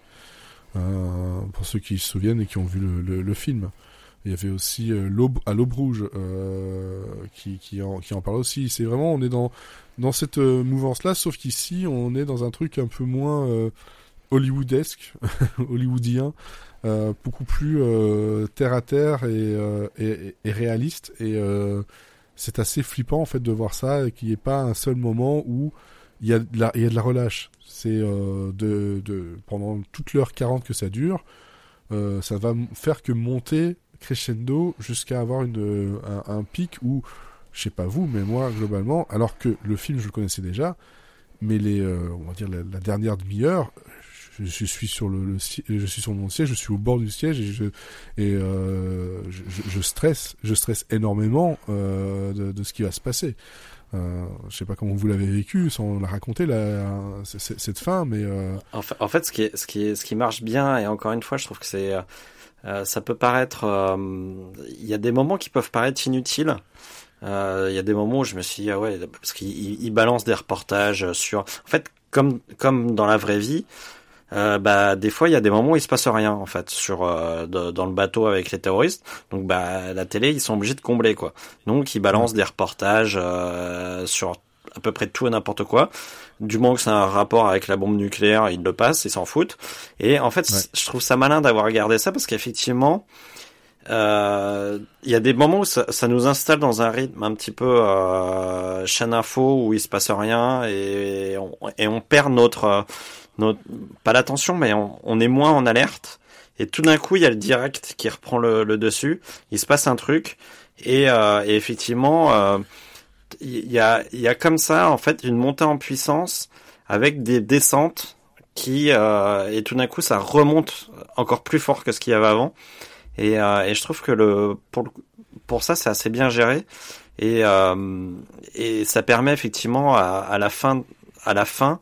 Euh, pour ceux qui se souviennent et qui ont vu le, le, le film. Il y avait aussi euh, l'aube à l'aube rouge euh, qui qui en qui en parle aussi. C'est vraiment, on est dans dans cette euh, mouvance là, sauf qu'ici on est dans un truc un peu moins euh, hollywoodesque, hollywoodien, euh, beaucoup plus euh, terre à terre et euh, et, et réaliste, et euh, c'est assez flippant en fait de voir ça, et qu'il n'y ait pas un seul moment où il y a de la il y a de la relâche. C'est euh, de de pendant toute l'heure quarante que ça dure, euh, ça va faire que monter crescendo jusqu'à avoir une, un, un pic où, je sais pas vous, mais moi, globalement, alors que le film, je le connaissais déjà, mais les, euh, on va dire la, la dernière demi-heure, je, je suis sur le, le, je suis sur mon siège, je suis au bord du siège, et je, et euh, je, je, je stresse, je stresse énormément euh, de, de ce qui va se passer. Euh, je sais pas comment vous l'avez vécu, sans la raconter la, cette fin, mais euh... en fait, en fait, ce qui est, ce qui est, ce qui marche bien, et encore une fois, je trouve que c'est Euh, ça peut paraître, il euh, y a des moments qui peuvent paraître inutiles. Il euh, y a des moments où je me suis dit, ah ouais, parce qu'il il balance des reportages sur, en fait, comme comme dans la vraie vie, euh, bah des fois il y a des moments où il se passe rien en fait sur euh, de, dans le bateau avec les terroristes. Donc bah la télé, ils sont obligés de combler quoi. Donc ils balancent des reportages euh, sur à peu près tout et n'importe quoi. Du moment que c'est un rapport avec la bombe nucléaire, ils le passent, ils s'en foutent. Et en fait, ouais. je trouve ça malin d'avoir regardé ça, parce qu'effectivement, euh, il y a des moments où ça, ça nous installe dans un rythme un petit peu euh, chaîne info, où il se passe rien, et on, et on perd notre, notre pas l'attention, mais on, on est moins en alerte. Et tout d'un coup, il y a le direct qui reprend le, le dessus. Il se passe un truc, et, euh, et effectivement. Euh, Il y a, il y a comme ça en fait une montée en puissance avec des descentes qui euh, et tout d'un coup ça remonte encore plus fort que ce qu'il y avait avant, et, euh, et je trouve que le pour le, pour ça c'est assez bien géré, et euh, et ça permet effectivement à, à la fin à la fin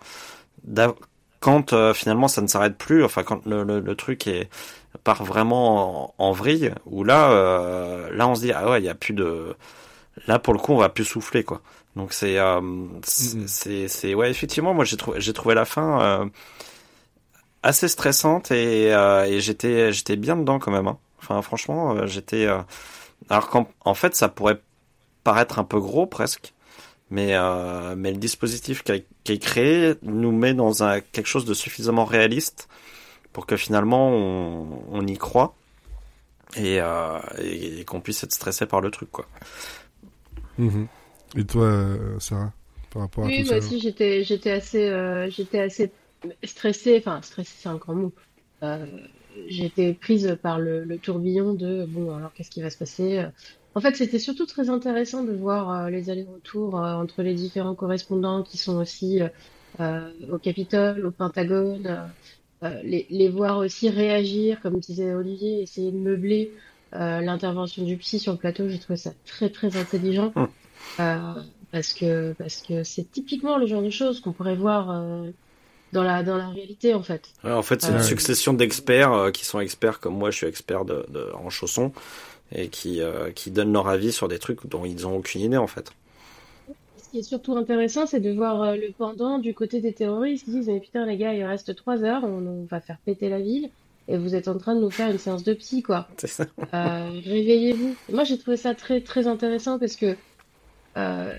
quand euh, finalement ça ne s'arrête plus, enfin quand le, le, le truc est part vraiment en, en vrille, où là euh, là on se dit ah ouais il y a plus de là pour le coup on va plus souffler quoi. Donc c'est euh, c'est, mm-hmm. c'est c'est ouais effectivement moi j'ai trouvé j'ai trouvé la fin euh, assez stressante, et euh, et j'étais j'étais bien dedans quand même hein. Enfin franchement euh, j'étais euh... alors qu'en en fait ça pourrait paraître un peu gros presque, mais euh, mais le dispositif qui, a, qui est créé nous met dans un quelque chose de suffisamment réaliste pour que finalement on on y croit, et euh, et, et qu'on puisse être stressé par le truc quoi. Mmh. Et toi, Sarah, par rapport oui, à tout moi ça? Oui, aussi, j'étais, j'étais assez, euh, j'étais assez stressée. Enfin, stressée, c'est un grand mot. Euh, j'étais prise par le, le tourbillon de bon, alors qu'est-ce qui va se passer? En fait, c'était surtout très intéressant de voir euh, les allers-retours euh, entre les différents correspondants qui sont aussi euh, au Capitole, au Pentagone, euh, les, les voir aussi réagir, comme disait Olivier, essayer de meubler. Euh, l'intervention du psy sur le plateau, j'ai trouvé ça très très intelligent, euh, parce que parce que c'est typiquement le genre de choses qu'on pourrait voir euh, dans la dans la réalité en fait. Ouais, en fait, c'est euh, une succession d'experts euh, qui sont experts comme moi, je suis expert de, de en chaussons, et qui euh, qui donnent leur avis sur des trucs dont ils ont aucune idée en fait. Ce qui est surtout intéressant, c'est de voir euh, le pendant du côté des terroristes qui disent, mais putain, les gars, il reste trois heures, on, on va faire péter la ville, et vous êtes en train de nous faire une séance de psy, quoi. C'est ça. Euh, réveillez-vous. Et moi, j'ai trouvé ça très, très intéressant parce que euh,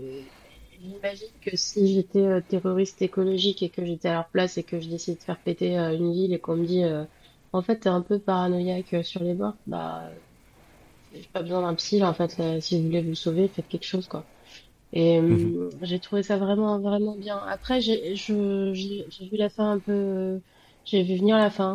j'imagine que si j'étais euh, terroriste écologique et que j'étais à leur place et que je décide de faire péter euh, une ville et qu'on me dit, euh, en fait, t'es un peu paranoïaque euh, sur les bords, bah, j'ai pas besoin d'un psy, là, en fait, là, si vous voulez vous sauver, faites quelque chose, quoi. Et Mhm. euh, j'ai trouvé ça vraiment, vraiment bien. Après, j'ai, je, j'ai, j'ai vu la fin un peu, j'ai vu venir la fin,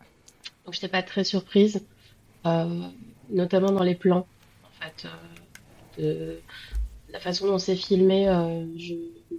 donc j'étais pas très surprise, euh, notamment dans les plans, en fait, euh, de la façon dont c'est filmé. Euh, je,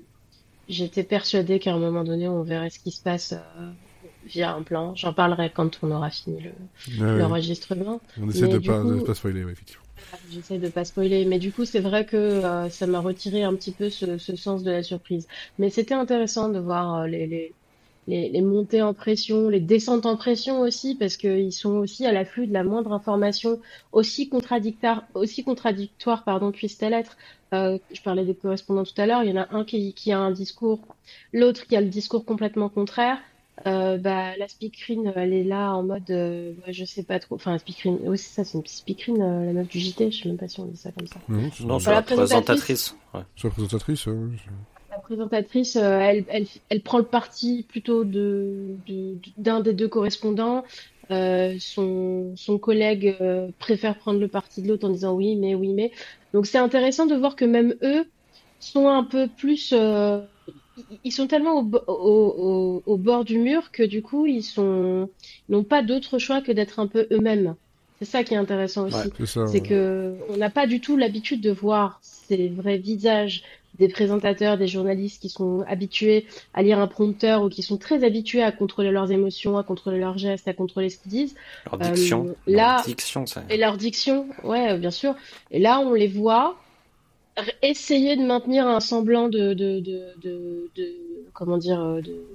j'étais persuadée qu'à un moment donné, on verrait ce qui se passe euh, via un plan. J'en parlerai quand on aura fini le, Ouais, ouais. l'enregistrement. On essaie Mais de du pas, de coup, pas spoiler, ouais, effectivement. j'essaie de pas spoiler, mais du coup, c'est vrai que euh, ça m'a retiré un petit peu ce, ce sens de la surprise. Mais c'était intéressant de voir euh, les, les, les, les montées en pression, les descentes en pression aussi, parce qu'ils sont aussi à l'afflux de la moindre information, aussi contradictoire, aussi contradictoire, pardon, puisse-t-elle être. Euh, je parlais des correspondants tout à l'heure, il y en a un qui, qui a un discours, l'autre qui a le discours complètement contraire. Euh, bah, la speakerine, elle est là en mode, euh, ouais, je sais pas trop. Enfin, la speakerine, oui, c'est ça, c'est une speakerine, euh, la meuf du J T, je sais même pas si on dit ça comme ça. Non, c'est Non, Enfin, c'est la la présentatrice, présentatrice. Ouais. c'est la présentatrice. Ouais, ouais, la présentatrice, euh, elle, elle, elle prend le parti plutôt de, de- d'un des deux correspondants. Euh, son, son collègue euh, préfère prendre le parti de l'autre en disant oui, mais oui, mais. Donc c'est intéressant de voir que même eux sont un peu plus. Euh, ils ils sont tellement au, bo- au, au, au bord du mur que du coup ils sont ils n'ont pas d'autre choix que d'être un peu eux-mêmes. C'est ça qui est intéressant Ouais. aussi, c'est ça. c'est Ouais. que on n'a pas du tout l'habitude de voir ces vrais visages des présentateurs, des journalistes qui sont habitués à lire un prompteur ou qui sont très habitués à contrôler leurs émotions, à contrôler leurs gestes, à contrôler ce qu'ils disent. Leur diction. Euh, Leur là, diction, c'est. et leur diction, ouais, bien sûr. Et là, on les voit r- essayer de maintenir un semblant de, de, de, de, de- comment dire, euh, de,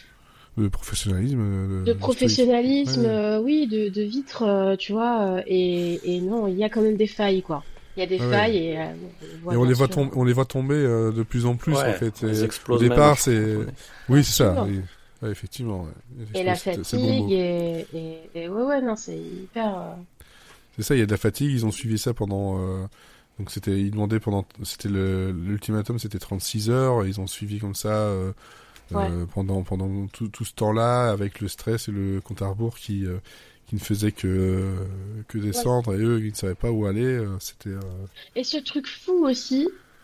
De professionnalisme, euh, de de, de stoïcisme. professionnalisme, Ouais, euh, oui, de, de vitre, euh, tu vois. euh, Et, et non, il y a quand même des failles, quoi. Il y a des ouais, ouais. failles et euh, bon, on le voit Et on bien les voit sûr. tomber, on les voit tomber euh, de plus en plus en Ouais, fait. on les Et au explose même. départ, c'est, oui, c'est ça. Sûr. Oui. Ouais, effectivement. Ouais. Et la C'est, c'est le bon fatigue mot. et, et, et ouais, ouais, non, c'est hyper. euh, C'est ça. Il y a de la fatigue. Ils ont suivi ça pendant. Euh, donc c'était, ils demandaient pendant, c'était le, l'ultimatum, c'était trente-six heures. Et ils ont suivi comme ça euh, Ouais. euh, pendant pendant tout, tout ce temps-là, avec le stress et le compte à rebours qui euh, qui ne faisait que que descendre, et eux, ils ne savaient pas où aller. euh, C'était. Euh... Et ce truc fou aussi,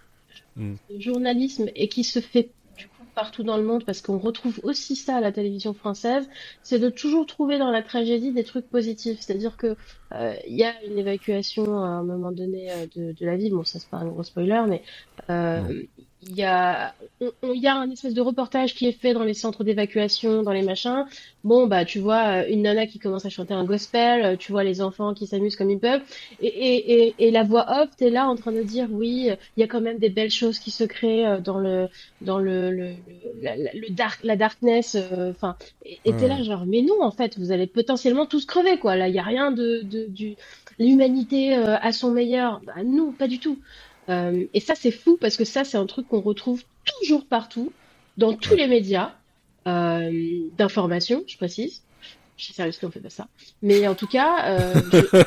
Mm. le journalisme, et qui se fait du coup partout dans le monde, parce qu'on retrouve aussi ça à la télévision française, c'est de toujours trouver dans la tragédie des trucs positifs. C'est-à-dire que euh, il y a une évacuation à un moment donné euh, de, de la ville. Bon, ça c'est pas un gros spoiler, mais Non. euh, il y a, on- on- il y a un espèce de reportage qui est fait dans les centres d'évacuation, dans les machins. Bon, bah, tu vois, euh, une nana qui commence à chanter un gospel, euh, tu vois les enfants qui s'amusent comme ils peuvent, et, et, et, et la voix off, t'es là en train de dire, oui, euh, il y a quand même des belles choses qui se créent euh, dans le, dans le, le, le, la, la- le dark, la darkness, euh, enfin, et et t'es Ouais. là genre, mais non, en fait, vous allez potentiellement tous crever, quoi. Là, il y a rien de, de, du, l'humanité euh, à son meilleur. Bah, non, pas du tout. Euh, et ça, c'est fou parce que ça, c'est un truc qu'on retrouve toujours partout, dans tous Ouais. les médias euh, d'information, je précise. Je suis sérieuse qu'on fait pas ça. Mais en tout cas, euh,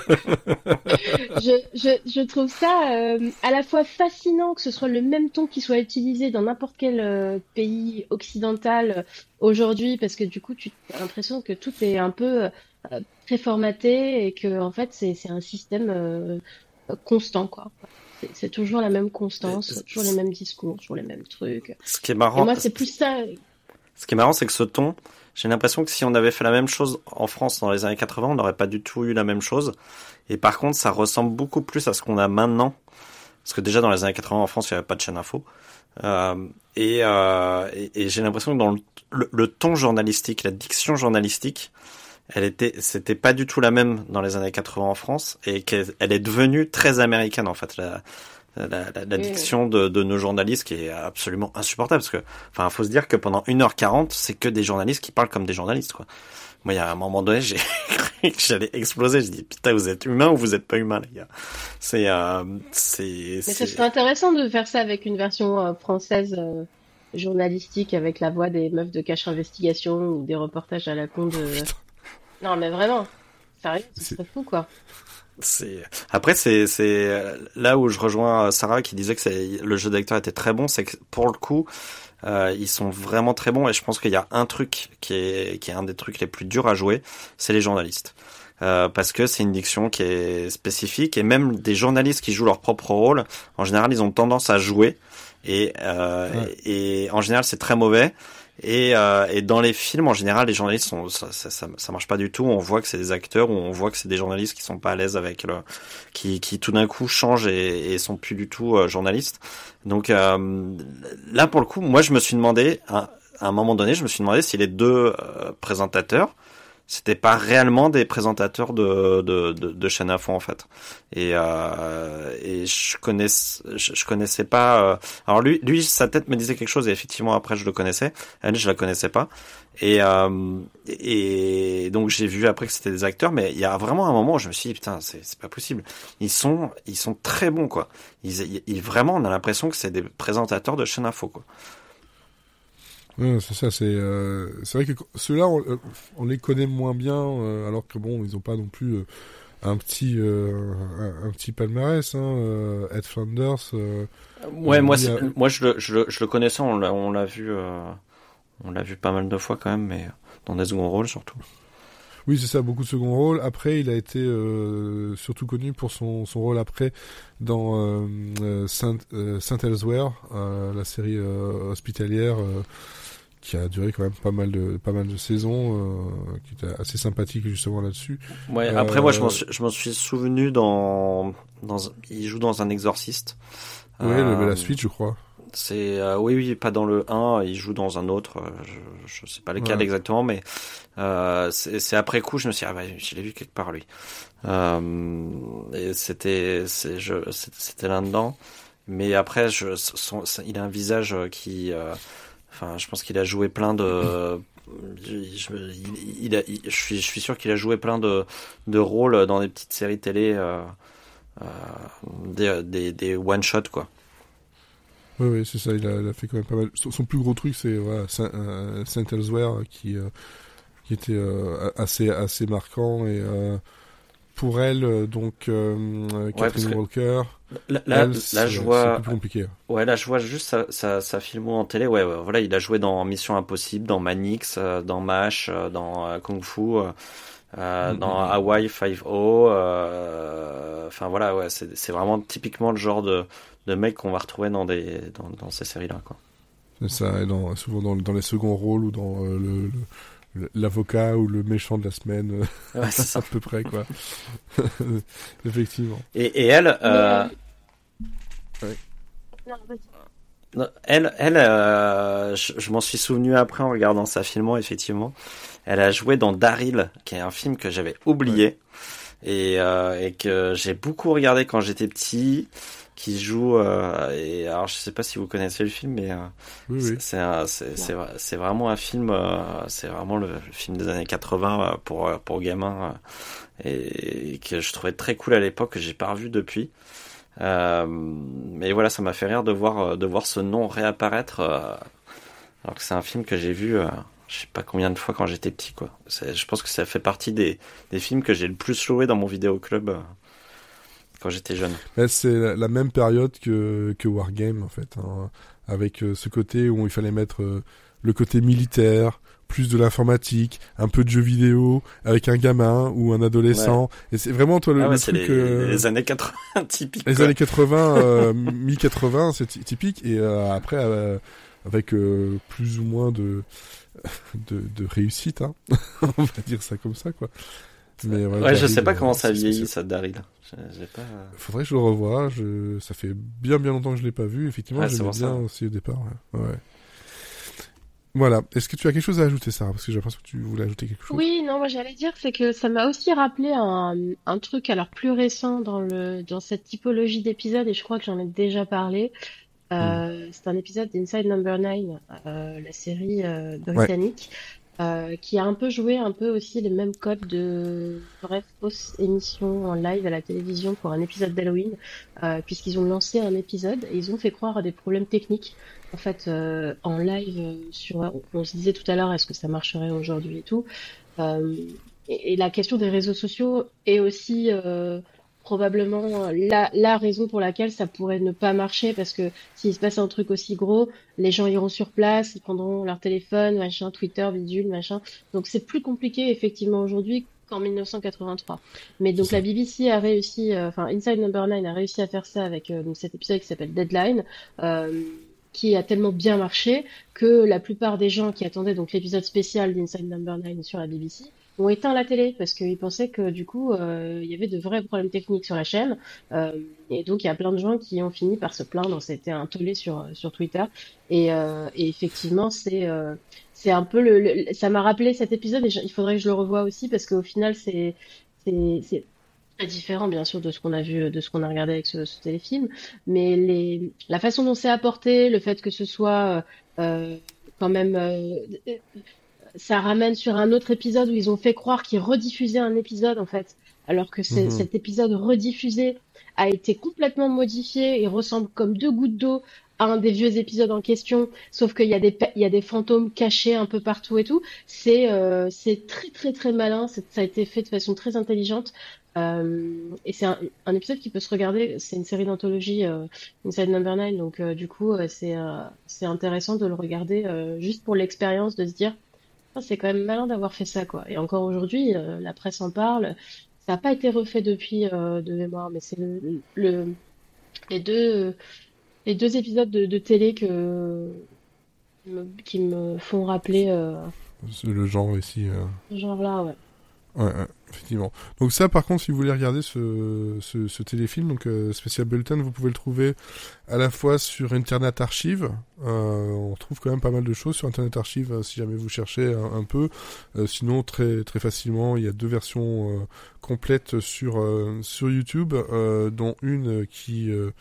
je, je, je trouve ça euh, à la fois fascinant que ce soit le même ton qui soit utilisé dans n'importe quel euh, pays occidental euh, aujourd'hui, parce que du coup, tu as l'impression que tout est un peu euh, préformaté et que en fait, c'est c'est un système euh, constant, quoi. C'est c'est toujours la même constance, toujours les mêmes discours, toujours les mêmes trucs. Ce qui est Et marrant, moi, c'est plus ça. ce qui est marrant, c'est que ce ton, j'ai l'impression que si on avait fait la même chose en France dans les années quatre-vingts, on n'aurait pas du tout eu la même chose. Et par contre, ça ressemble beaucoup plus à ce qu'on a maintenant. Parce que déjà dans les années quatre-vingts en France, il n'y avait pas de chaîne info. Euh, et, euh, et, et j'ai l'impression que dans le, le, le ton journalistique, la diction journalistique, elle était, c'était pas du tout la même dans les années quatre-vingts en France, et qu'elle elle est devenue très américaine en fait. La, la, la, la diction de, de nos journalistes qui est absolument insupportable, parce que, enfin, faut se dire que pendant une heure quarante, c'est que des journalistes qui parlent comme des journalistes, quoi. Moi, il y a un moment donné, j'ai que j'allais exploser. Je dis putain, vous êtes humain ou vous êtes pas humain, les gars. C'est, euh, c'est, Mais c'est... ce serait intéressant de faire ça avec une version euh, française euh, journalistique avec la voix des meufs de Cache Investigation ou des reportages à la con de. Non, mais vraiment, sérieux, ce C'est- serait fou, quoi. C'est après c'est c'est là où je rejoins Sarah qui disait que c'est le jeu d'acteur était très bon, c'est que pour le coup euh, ils sont vraiment très bons et je pense qu'il y a un truc qui est qui est un des trucs les plus durs à jouer, c'est les journalistes. Euh, parce que c'est une diction qui est spécifique et même des journalistes qui jouent leur propre rôle, en général ils ont tendance à jouer et euh, Ouais. et, et en général c'est très mauvais. Et, euh, et dans les films, en général, les journalistes sont, ça, ça, ça, ça marche pas du tout. On voit que c'est des acteurs ou on voit que c'est des journalistes qui sont pas à l'aise avec le, qui, qui tout d'un coup changent et, et sont plus du tout euh, journalistes. Donc euh, là, pour le coup, moi, je me suis demandé, à, à un moment donné, je me suis demandé si les deux euh, présentateurs, c'était pas réellement des présentateurs de de de, de chaîne info en fait. Et euh, et je connais je, je connaissais pas. Euh, alors lui lui sa tête me disait quelque chose et effectivement après je le connaissais. Elle je la connaissais pas. Et euh, et donc j'ai vu après que c'était des acteurs, mais il y a vraiment un moment où je me suis dit putain c'est c'est pas possible. Ils sont ils sont très bons quoi. Ils, ils vraiment on a l'impression que c'est des présentateurs de chaîne info quoi. Ouais, c'est ça, c'est euh, c'est vrai que qu- ceux-là, on, euh, on les connaît moins bien, euh, alors que bon, ils ont pas non plus euh, un petit euh, un, un petit palmarès, hein. euh, Ed Flanders, euh, Ouais euh, moi lui c'est, a- moi je le je le je le connaissais, on l'a on l'a vu euh, on l'a vu pas mal de fois quand même, mais dans des seconds rôles surtout. oui, c'est ça, beaucoup de second rôle. Après, il a été euh, surtout connu pour son son rôle après dans euh, euh, Saint euh, Saint Elsewhere, euh, la série euh, hospitalière. Euh, qui a duré quand même pas mal de pas mal de saisons, euh, qui était assez sympathique justement là-dessus. Ouais, Euh, après moi je m'en suis, je m'en suis souvenu dans dans il joue dans un exorciste. Ouais, Euh, le, la suite, je crois. c'est euh, oui oui, pas dans le un, il joue dans un autre, euh, je je sais pas lequel Ouais. exactement mais euh, c'est c'est après coup je me suis dit, ah bah je l'ai vu quelque part lui. Euh, et c'était c'est je c'était c'était là-dedans. Mais après je son, son- il a un visage qui euh, enfin, je pense qu'il a joué plein de. Je, je, il, il a, il- je suis, je suis sûr qu'il a joué plein de, de rôles dans des petites séries télé, euh, euh, des, des, des one shot quoi. Oui, oui, c'est ça. Il a, il a fait quand même pas mal. Son, son plus gros truc, c'est voilà, Saint, euh, Saint Elsewhere, qui euh, qui était euh, assez assez marquant et euh, pour elle, euh, donc euh, Ouais, Catherine parce que Walker. là, là, Elle, là, c'est je c'est vois, plus compliqué. ouais, là, je vois juste sa, sa, sa filmo en télé. Ouais, ouais, voilà, il a joué dans Mission Impossible, dans Manix, euh, dans MASH, euh, dans euh, Kung Fu, euh, euh, dans Mhm. Hawaii Five-O. euh, Enfin voilà, ouais, c'est, c'est vraiment typiquement le genre de, de mec qu'on va retrouver dans des, dans, dans ces séries-là, quoi. C'est ça. Et dans, souvent dans, dans les seconds rôles ou dans euh, le, le- le- l'avocat ou le méchant de la semaine, euh, Ouais, c'est ça. à peu près quoi. Effectivement. Et, et elle, euh, Non, vas-y. non, elle, elle, euh, je, je m'en suis souvenu après en regardant sa filmo, effectivement. Elle a joué dans Daryl, qui est un film que j'avais oublié et, euh, et que j'ai beaucoup regardé quand j'étais petit, qui joue. Euh, et alors, je sais pas si vous connaissez le film, mais euh, Oui, c'est oui. c'est un- c'est c'est vra- c'est vraiment un film. Euh, c'est vraiment le film des années quatre-vingts euh, pour euh, pour gamins euh, et, et que je trouvais très cool à l'époque, que j'ai pas revu depuis. Euh, mais voilà, ça m'a fait rire de voir de voir ce nom réapparaître, euh, alors que c'est un film que j'ai vu, euh, je sais pas combien de fois quand j'étais petit, quoi. C'est, je pense que ça fait partie des des films que j'ai le plus loué dans mon vidéoclub euh, quand j'étais jeune. Mais c'est la, la même période que, que Wargame, en fait, hein, avec euh, ce côté où il fallait mettre euh, le côté militaire, plus de l'informatique, un peu de jeux vidéo, avec un gamin ou un adolescent. Et c'est vraiment, toi, le, Ah ouais, le c'est truc... les, euh, les années quatre-vingts typiques. les quoi. années quatre-vingts, euh, mi-quatre-vingts, c'est ty- typique. Et euh, après, euh, avec euh, plus ou moins de, de, de réussite, hein. On va dire ça comme ça, quoi. Mais Ouais, Daryl, je sais pas euh, comment ça c'est vieillit, spécial. ça, Daryl. J'ai j'ai pas. euh, Faudrait que je le revoie. Je... Ça fait bien bien longtemps que je l'ai pas vu. Effectivement, Ouais, c'est j'aimais pour ça. bien aussi au départ. Ouais. Ouais. Voilà. Est-ce que tu as quelque chose à ajouter, Sarah? Parce que j'ai l'impression que tu voulais ajouter quelque chose. Oui, non, moi j'allais dire, c'est que ça m'a aussi rappelé un, un truc alors plus récent dans le dans cette typologie d'épisodes, et je crois que j'en ai déjà parlé. Hmm. Euh, c'est un épisode d'Inside Number Nine, euh, la série euh, Ouais. britannique, euh, qui a un peu joué un peu aussi les mêmes codes de vraies fausses émissions en live à la télévision pour un épisode d'Halloween, euh, puisqu'ils ont lancé un épisode et ils ont fait croire à des problèmes techniques. En fait, euh, en live, euh, sur, on, on se disait tout à l'heure, est-ce que ça marcherait aujourd'hui et tout. Euh, et, et la question des réseaux sociaux est aussi euh, probablement la, la raison pour laquelle ça pourrait ne pas marcher, parce que s'il se passe un truc aussi gros, les gens iront sur place, ils prendront leur téléphone, machin, Twitter, bidule, machin. Donc c'est plus compliqué effectivement aujourd'hui qu'en mille neuf cent quatre-vingt-trois. Mais donc la B B C a réussi, euh, enfin Inside Number Nine a réussi à faire ça avec euh, donc cet épisode qui s'appelle Deadline, euh, qui a tellement bien marché que la plupart des gens qui attendaient donc l'épisode spécial d'Inside Number Nine sur la B B C ont éteint la télé parce qu'ils pensaient que du coup euh, il y avait de vrais problèmes techniques sur la chaîne, euh, et donc il y a plein de gens qui ont fini par se plaindre, c'était un tollé sur sur Twitter, et, euh, et effectivement c'est euh, c'est un peu le, le- ça m'a rappelé cet épisode, et je- il faudrait que je le revoie aussi parce qu'au final c'est c'est c'est très différent bien sûr de ce qu'on a vu, de ce qu'on a regardé avec ce, ce téléfilm, mais les la façon dont c'est apporté, le fait que ce soit euh, euh, quand même euh, ça ramène sur un autre épisode où ils ont fait croire qu'ils rediffusaient un épisode en fait, alors que c'est- Mhm. cet épisode rediffusé a été complètement modifié et ressemble comme deux gouttes d'eau à un des vieux épisodes en question, sauf qu'il y a des pa- il y a des fantômes cachés un peu partout et tout. C'est euh, c'est très très très malin, c'est- ça a été fait de façon très intelligente. Euh, et c'est un, un épisode qui peut se regarder, c'est une série d'anthologie, euh, Inside Number Nine, donc euh, du coup euh, c'est euh, c'est intéressant de le regarder euh, juste pour l'expérience, de se dire ah, c'est quand même malin d'avoir fait ça, quoi. Et encore aujourd'hui, euh, la presse en parle. Ça n'a pas été refait depuis euh, de mémoire, mais c'est le, le- les deux, les deux épisodes de, de télé que, me- qui me font rappeler euh, C'est le genre ici. euh, ce genre-là, ouais. Ouais, ouais, effectivement. Donc ça, par contre, si vous voulez regarder ce, ce, ce téléfilm, donc euh, Special Bulletin, vous pouvez le trouver à la fois sur Internet Archive. Euh, on trouve quand même pas mal de choses sur Internet Archive euh, si jamais vous cherchez un, un peu. Euh, sinon, très très facilement, il y a deux versions euh, complètes sur euh, sur YouTube, euh, dont une qui euh,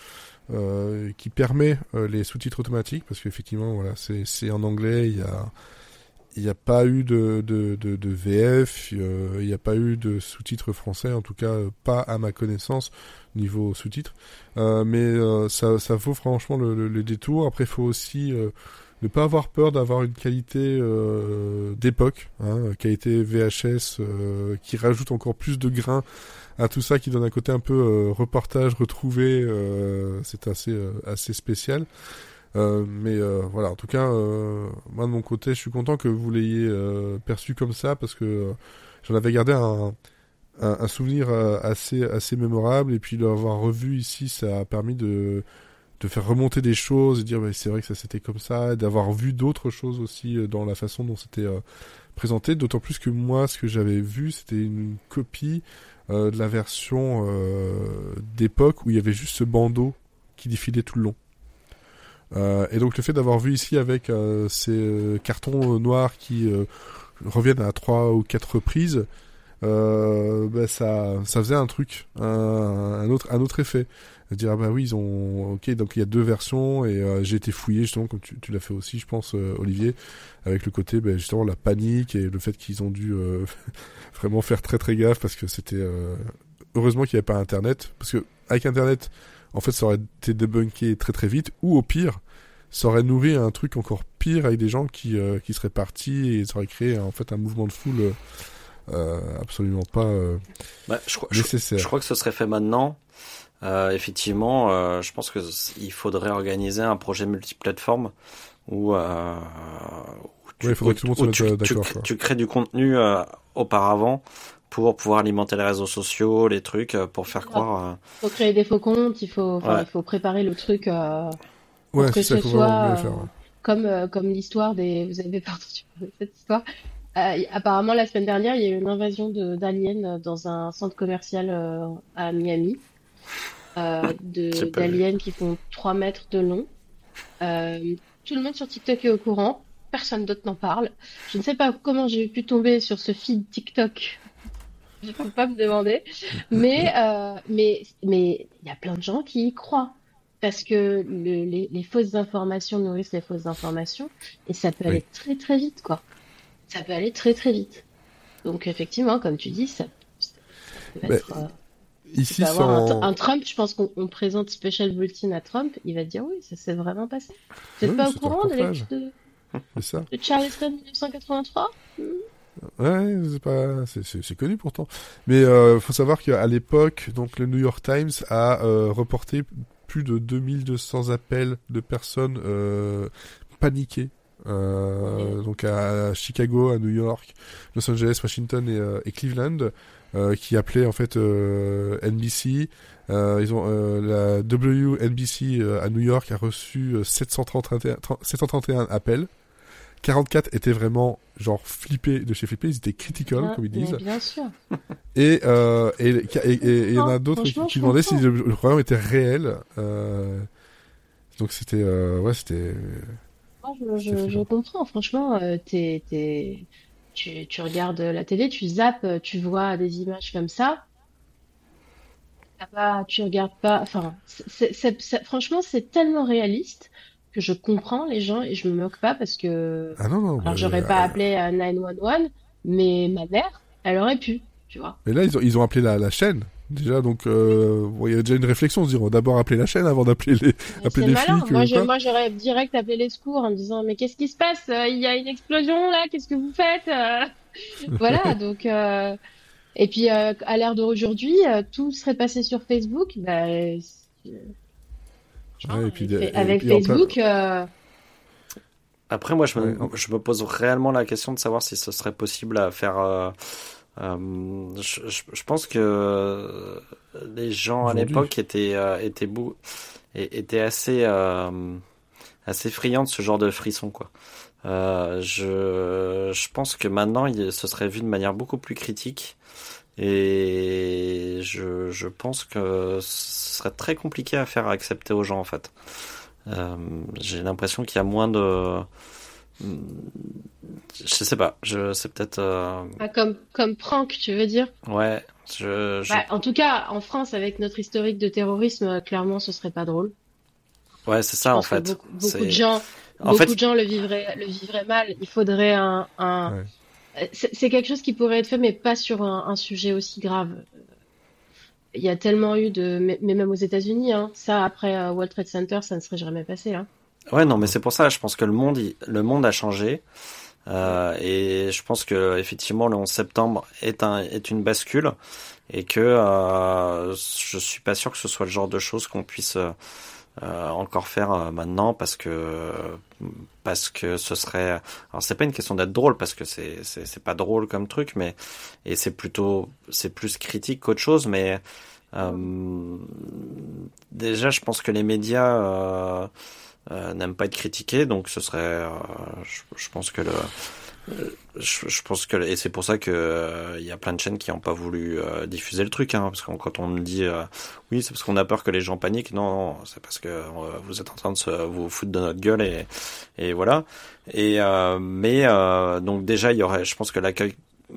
euh, qui permet euh, les sous-titres automatiques, parce qu'effectivement, voilà, c'est c'est en anglais. Il y a il n'y a pas eu de, de, de, de V F, euh, il n'y a pas eu de sous-titres français, en tout cas euh, pas à ma connaissance niveau sous-titres. Euh, mais euh, ça, ça vaut franchement le, le, le détour. Après, il faut aussi euh, ne pas avoir peur d'avoir une qualité euh, d'époque, hein, qualité V H S, euh, qui rajoute encore plus de grain à tout ça, qui donne un côté un peu euh, reportage retrouvé. Euh, c'est assez, euh, assez spécial. Euh, mais euh, voilà, en tout cas, euh, moi de mon côté, je suis content que vous l'ayez euh, perçu comme ça, parce que euh, j'en avais gardé un, un, un souvenir euh, assez, assez mémorable, et puis de l'avoir revu ici, ça a permis de, de faire remonter des choses, et dire bah, c'est vrai que ça c'était comme ça, et d'avoir vu d'autres choses aussi euh, dans la façon dont c'était euh, présenté, d'autant plus que moi, ce que j'avais vu, c'était une copie euh, de la version euh, d'époque où il y avait juste ce bandeau qui défilait tout le long. Euh, et donc le fait d'avoir vu ici avec euh, ces euh, cartons euh, noirs qui euh, reviennent à trois ou quatre reprises, euh, bah, ça, ça faisait un truc, un, un autre, un autre effet. De dire ah bah oui ils ont, ok donc il y a deux versions, et euh, j'ai été fouillé justement comme tu, tu l'as fait aussi je pense euh, Olivier, avec le côté bah, justement la panique et le fait qu'ils ont dû euh, vraiment faire très très gaffe, parce que c'était euh, heureusement qu'il n'y avait pas internet, parce que avec internet en fait ça aurait été débunké très très vite, ou au pire ça aurait nourri un truc encore pire avec des gens qui, euh, qui seraient partis, et ça aurait créé en fait un mouvement de foule euh, absolument pas euh, Bah, je, crois, je, nécessaire. je crois que ce serait fait maintenant. Euh, effectivement, euh, je pense que il faudrait organiser un projet multiplateforme où, euh, où tu, Ouais, il faudrait que tout le monde où se mette tu, d'accord, tu, quoi. tu crées du contenu euh, auparavant pour pouvoir alimenter les réseaux sociaux, les trucs, euh, pour faire croire. Il faut créer des faux comptes, il faut, Euh, enfin, ouais. il faut préparer le truc euh, pour Ouais, que c'est ça, ce il faut vraiment bien soit le faire. euh, Ouais. comme, euh, comme l'histoire des. Vous avez pas entendu parler de cette histoire? Euh, y- apparemment, la semaine dernière, il y a eu une invasion de d'aliens dans un centre commercial euh, à Miami, euh, J'ai de pas vu. d'aliens qui font trois mètres de long. Euh, Tout le monde sur TikTok est au courant, personne d'autre n'en parle. Je ne sais pas comment j'ai pu tomber sur ce feed TikTok. Je ne peux pas me demander, mais euh, mais mais il y a plein de gens qui y croient parce que le- les, les fausses informations nourrissent les fausses informations, et ça peut Oui. aller très très vite, quoi. ça peut aller très très vite. Donc effectivement, comme tu dis, ça, ça peut Mais être. Euh, tu ici, peux avoir un, sans... un Trump, je pense qu'on on présente Special Bulletin à Trump, il va te dire oui, ça s'est vraiment passé. Vous n'êtes Oui, pas au c'est un courant de, reportage, de, c'est ça. de Charleston mille neuf cent quatre-vingt-trois? Ouais, c'est pas, c'est, c'est, c'est connu pourtant. Mais euh, faut savoir qu'à l'époque, donc le New York Times a euh, reporté plus de deux mille deux cents appels de personnes euh, paniquées. Euh, donc à Chicago, à New York, Los Angeles, Washington et, euh, et Cleveland, euh, qui appelaient en fait euh, N B C. Euh, ils ont euh, la W N B C euh, à New York a reçu euh, sept cent trente et un, sept cent trente et un appels. quarante-quatre étaient vraiment genre flippés de chez flippés, ils étaient critical Bien, comme ils mais disent. bien sûr. Et euh, et et et- et il y en a Non, d'autres qui, franchement, qui je demandaient si comprends. le, le problème était réel. Euh, donc c'était euh, ouais c'était Moi, je, c'était je, je flippant. comprends. Franchement, euh, t'es, t'es, tu, tu regardes la télé, tu zappes, euh, tu vois des images comme ça. T'as pas, tu regardes pas. Enfin, c'est, c'est, c'est- franchement, c'est tellement réaliste que je comprends les gens et je me moque pas parce que. Ah non non bah, Alors, j'aurais pas euh, appelé à neuf un un, mais ma mère, elle aurait pu, tu vois. mais là ils ont ils ont appelé la, la chaîne déjà donc euh, bon, il y a déjà une réflexion se dire on va d'abord appeler la chaîne avant d'appeler les Mais appeler c'est les malin. flics Moi, ou je, quoi. moi, j'aurais direct appelé les secours en me disant, mais qu'est-ce qui se passe? Euh, Il y a une explosion là, qu'est-ce que vous faites? Euh, Voilà, donc. Euh, Et puis, euh, à l'ère d'aujourd'hui, euh, tout serait passé sur Facebook. Bah, euh, franchement, Ouais, et puis avec, des- Fa- et avec puis en plein Facebook, euh, Après, moi, je ouais, me, en- je me pose réellement la question de savoir si ce serait possible à faire. Euh, euh, je, je- je pense que euh, les gens à aujourd'hui. l'époque étaient euh, étaient beau, et- étaient assez euh, assez friands de ce genre de frisson, quoi. Euh, je je pense que maintenant, il, ce serait vu de manière beaucoup plus critique. Et je, je pense que ce serait très compliqué à faire accepter aux gens, en fait. Euh, j'ai l'impression qu'il y a moins de... Je sais pas, je, c'est peut-être... euh, pas comme, comme prank, tu veux dire? Ouais, je, je... Bah, en tout cas, en France, avec notre historique de terrorisme, euh, clairement, ce serait pas drôle. Ouais, c'est Je ça, en pense que fait. beaucoup, beaucoup de C'est... gens, En beaucoup fait, de gens le vivraient, le vivraient mal. Il faudrait un, un, Ouais. euh, c'est c'est quelque chose qui pourrait être fait, mais pas sur un, un sujet aussi grave. Il y a tellement eu de, mais, mais même aux États-Unis, hein, ça après euh, World Trade Center, ça ne serait jamais passé, hein. ouais, non, mais Non. c'est pour ça, je pense que le monde, il- le monde a changé. Mm. Euh, et je pense que effectivement le onze septembre est un est une bascule et que euh, je suis pas sûr que ce soit le genre de choses qu'on puisse euh, euh, encore faire euh, maintenant parce que parce que ce serait alors c'est pas une question d'être drôle parce que c'est c'est c'est pas drôle comme truc mais et c'est plutôt c'est plus critique qu'autre chose mais euh, déjà je pense que les médias euh, euh, n'aiment pas être critiqués donc ce serait euh, je, je pense que le je, je pense que et c'est pour ça que il euh, y a plein de chaînes qui n'ont pas voulu euh, diffuser le truc hein, parce que quand on me dit euh, oui c'est parce qu'on a peur que les gens paniquent non, non c'est parce que euh, vous êtes en train de se, vous foutre de notre gueule et et voilà et euh, mais euh, donc déjà il y aurait je pense que l'accueil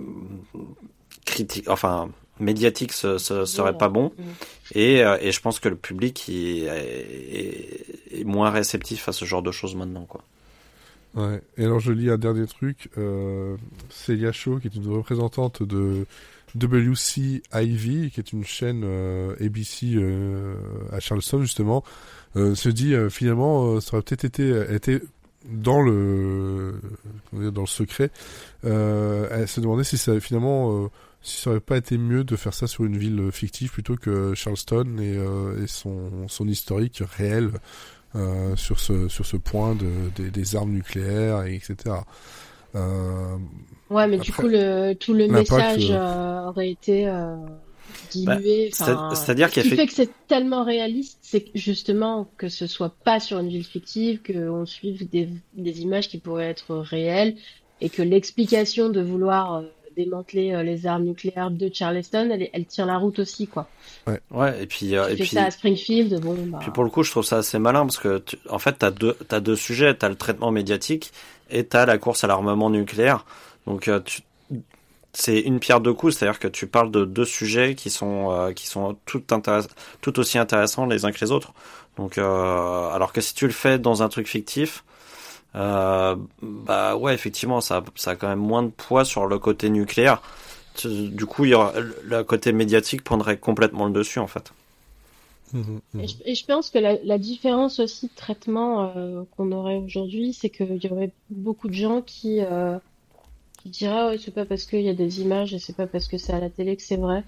critique enfin médiatique ce, ce serait pas bon Mm. et euh, et je pense que le public il est, est, est moins réceptif à ce genre de choses maintenant quoi. Ouais. Et alors je lis un dernier truc. Euh, Celia Shaw, qui est une représentante de W C I V, qui est une chaîne euh, A B C euh, à Charleston justement, euh, se dit euh, finalement euh, ça aurait peut-être été, été dans le comment dire, dans le secret. Euh, elle se demandait si ça finalement euh, si ça aurait pas été mieux de faire ça sur une ville fictive plutôt que Charleston et, euh, et son son historique réel. Euh, sur ce sur ce point de, de des armes nucléaires et etc. Euh, Ouais, mais du après coup, le, tout le l'impact message euh, euh, aurait été euh, Bah, dilué. c'est- Enfin, c'est-à-dire ce qu'il y a qui fait fait que c'est tellement réaliste, c'est que justement que ce soit pas sur une ville fictive, qu'on suive des, des images qui pourraient être réelles, et que l'explication de vouloir euh, démanteler euh, les armes nucléaires de Charleston, elle, est- elle tient la route aussi, quoi. ouais ouais et puis euh, Tu et fais puis ça à Springfield, bon, Puis bah, pour le coup, je trouve ça assez malin parce que, tu, en fait, t'as deux, t'as deux sujets. T'as le traitement médiatique et t'as la course à l'armement nucléaire. Donc, euh, tu, c'est une pierre deux coups, c'est-à-dire que tu parles de deux sujets qui sont, euh, qui sont tout, intéress- tout aussi intéressants les uns que les autres. Donc, euh, alors que si tu le fais dans un truc fictif, Euh, bah ouais, effectivement, ça, ça a quand même moins de poids sur le côté nucléaire. Du coup, il y aura, le côté médiatique prendrait complètement le dessus, en fait. Mmh, mmh. Et je, et je pense que la, la différence aussi de traitement euh, qu'on aurait aujourd'hui, c'est qu'il y aurait beaucoup de gens qui, euh, qui diraient ouais, c'est pas parce qu'il y a des images et c'est pas parce que c'est à la télé que c'est vrai.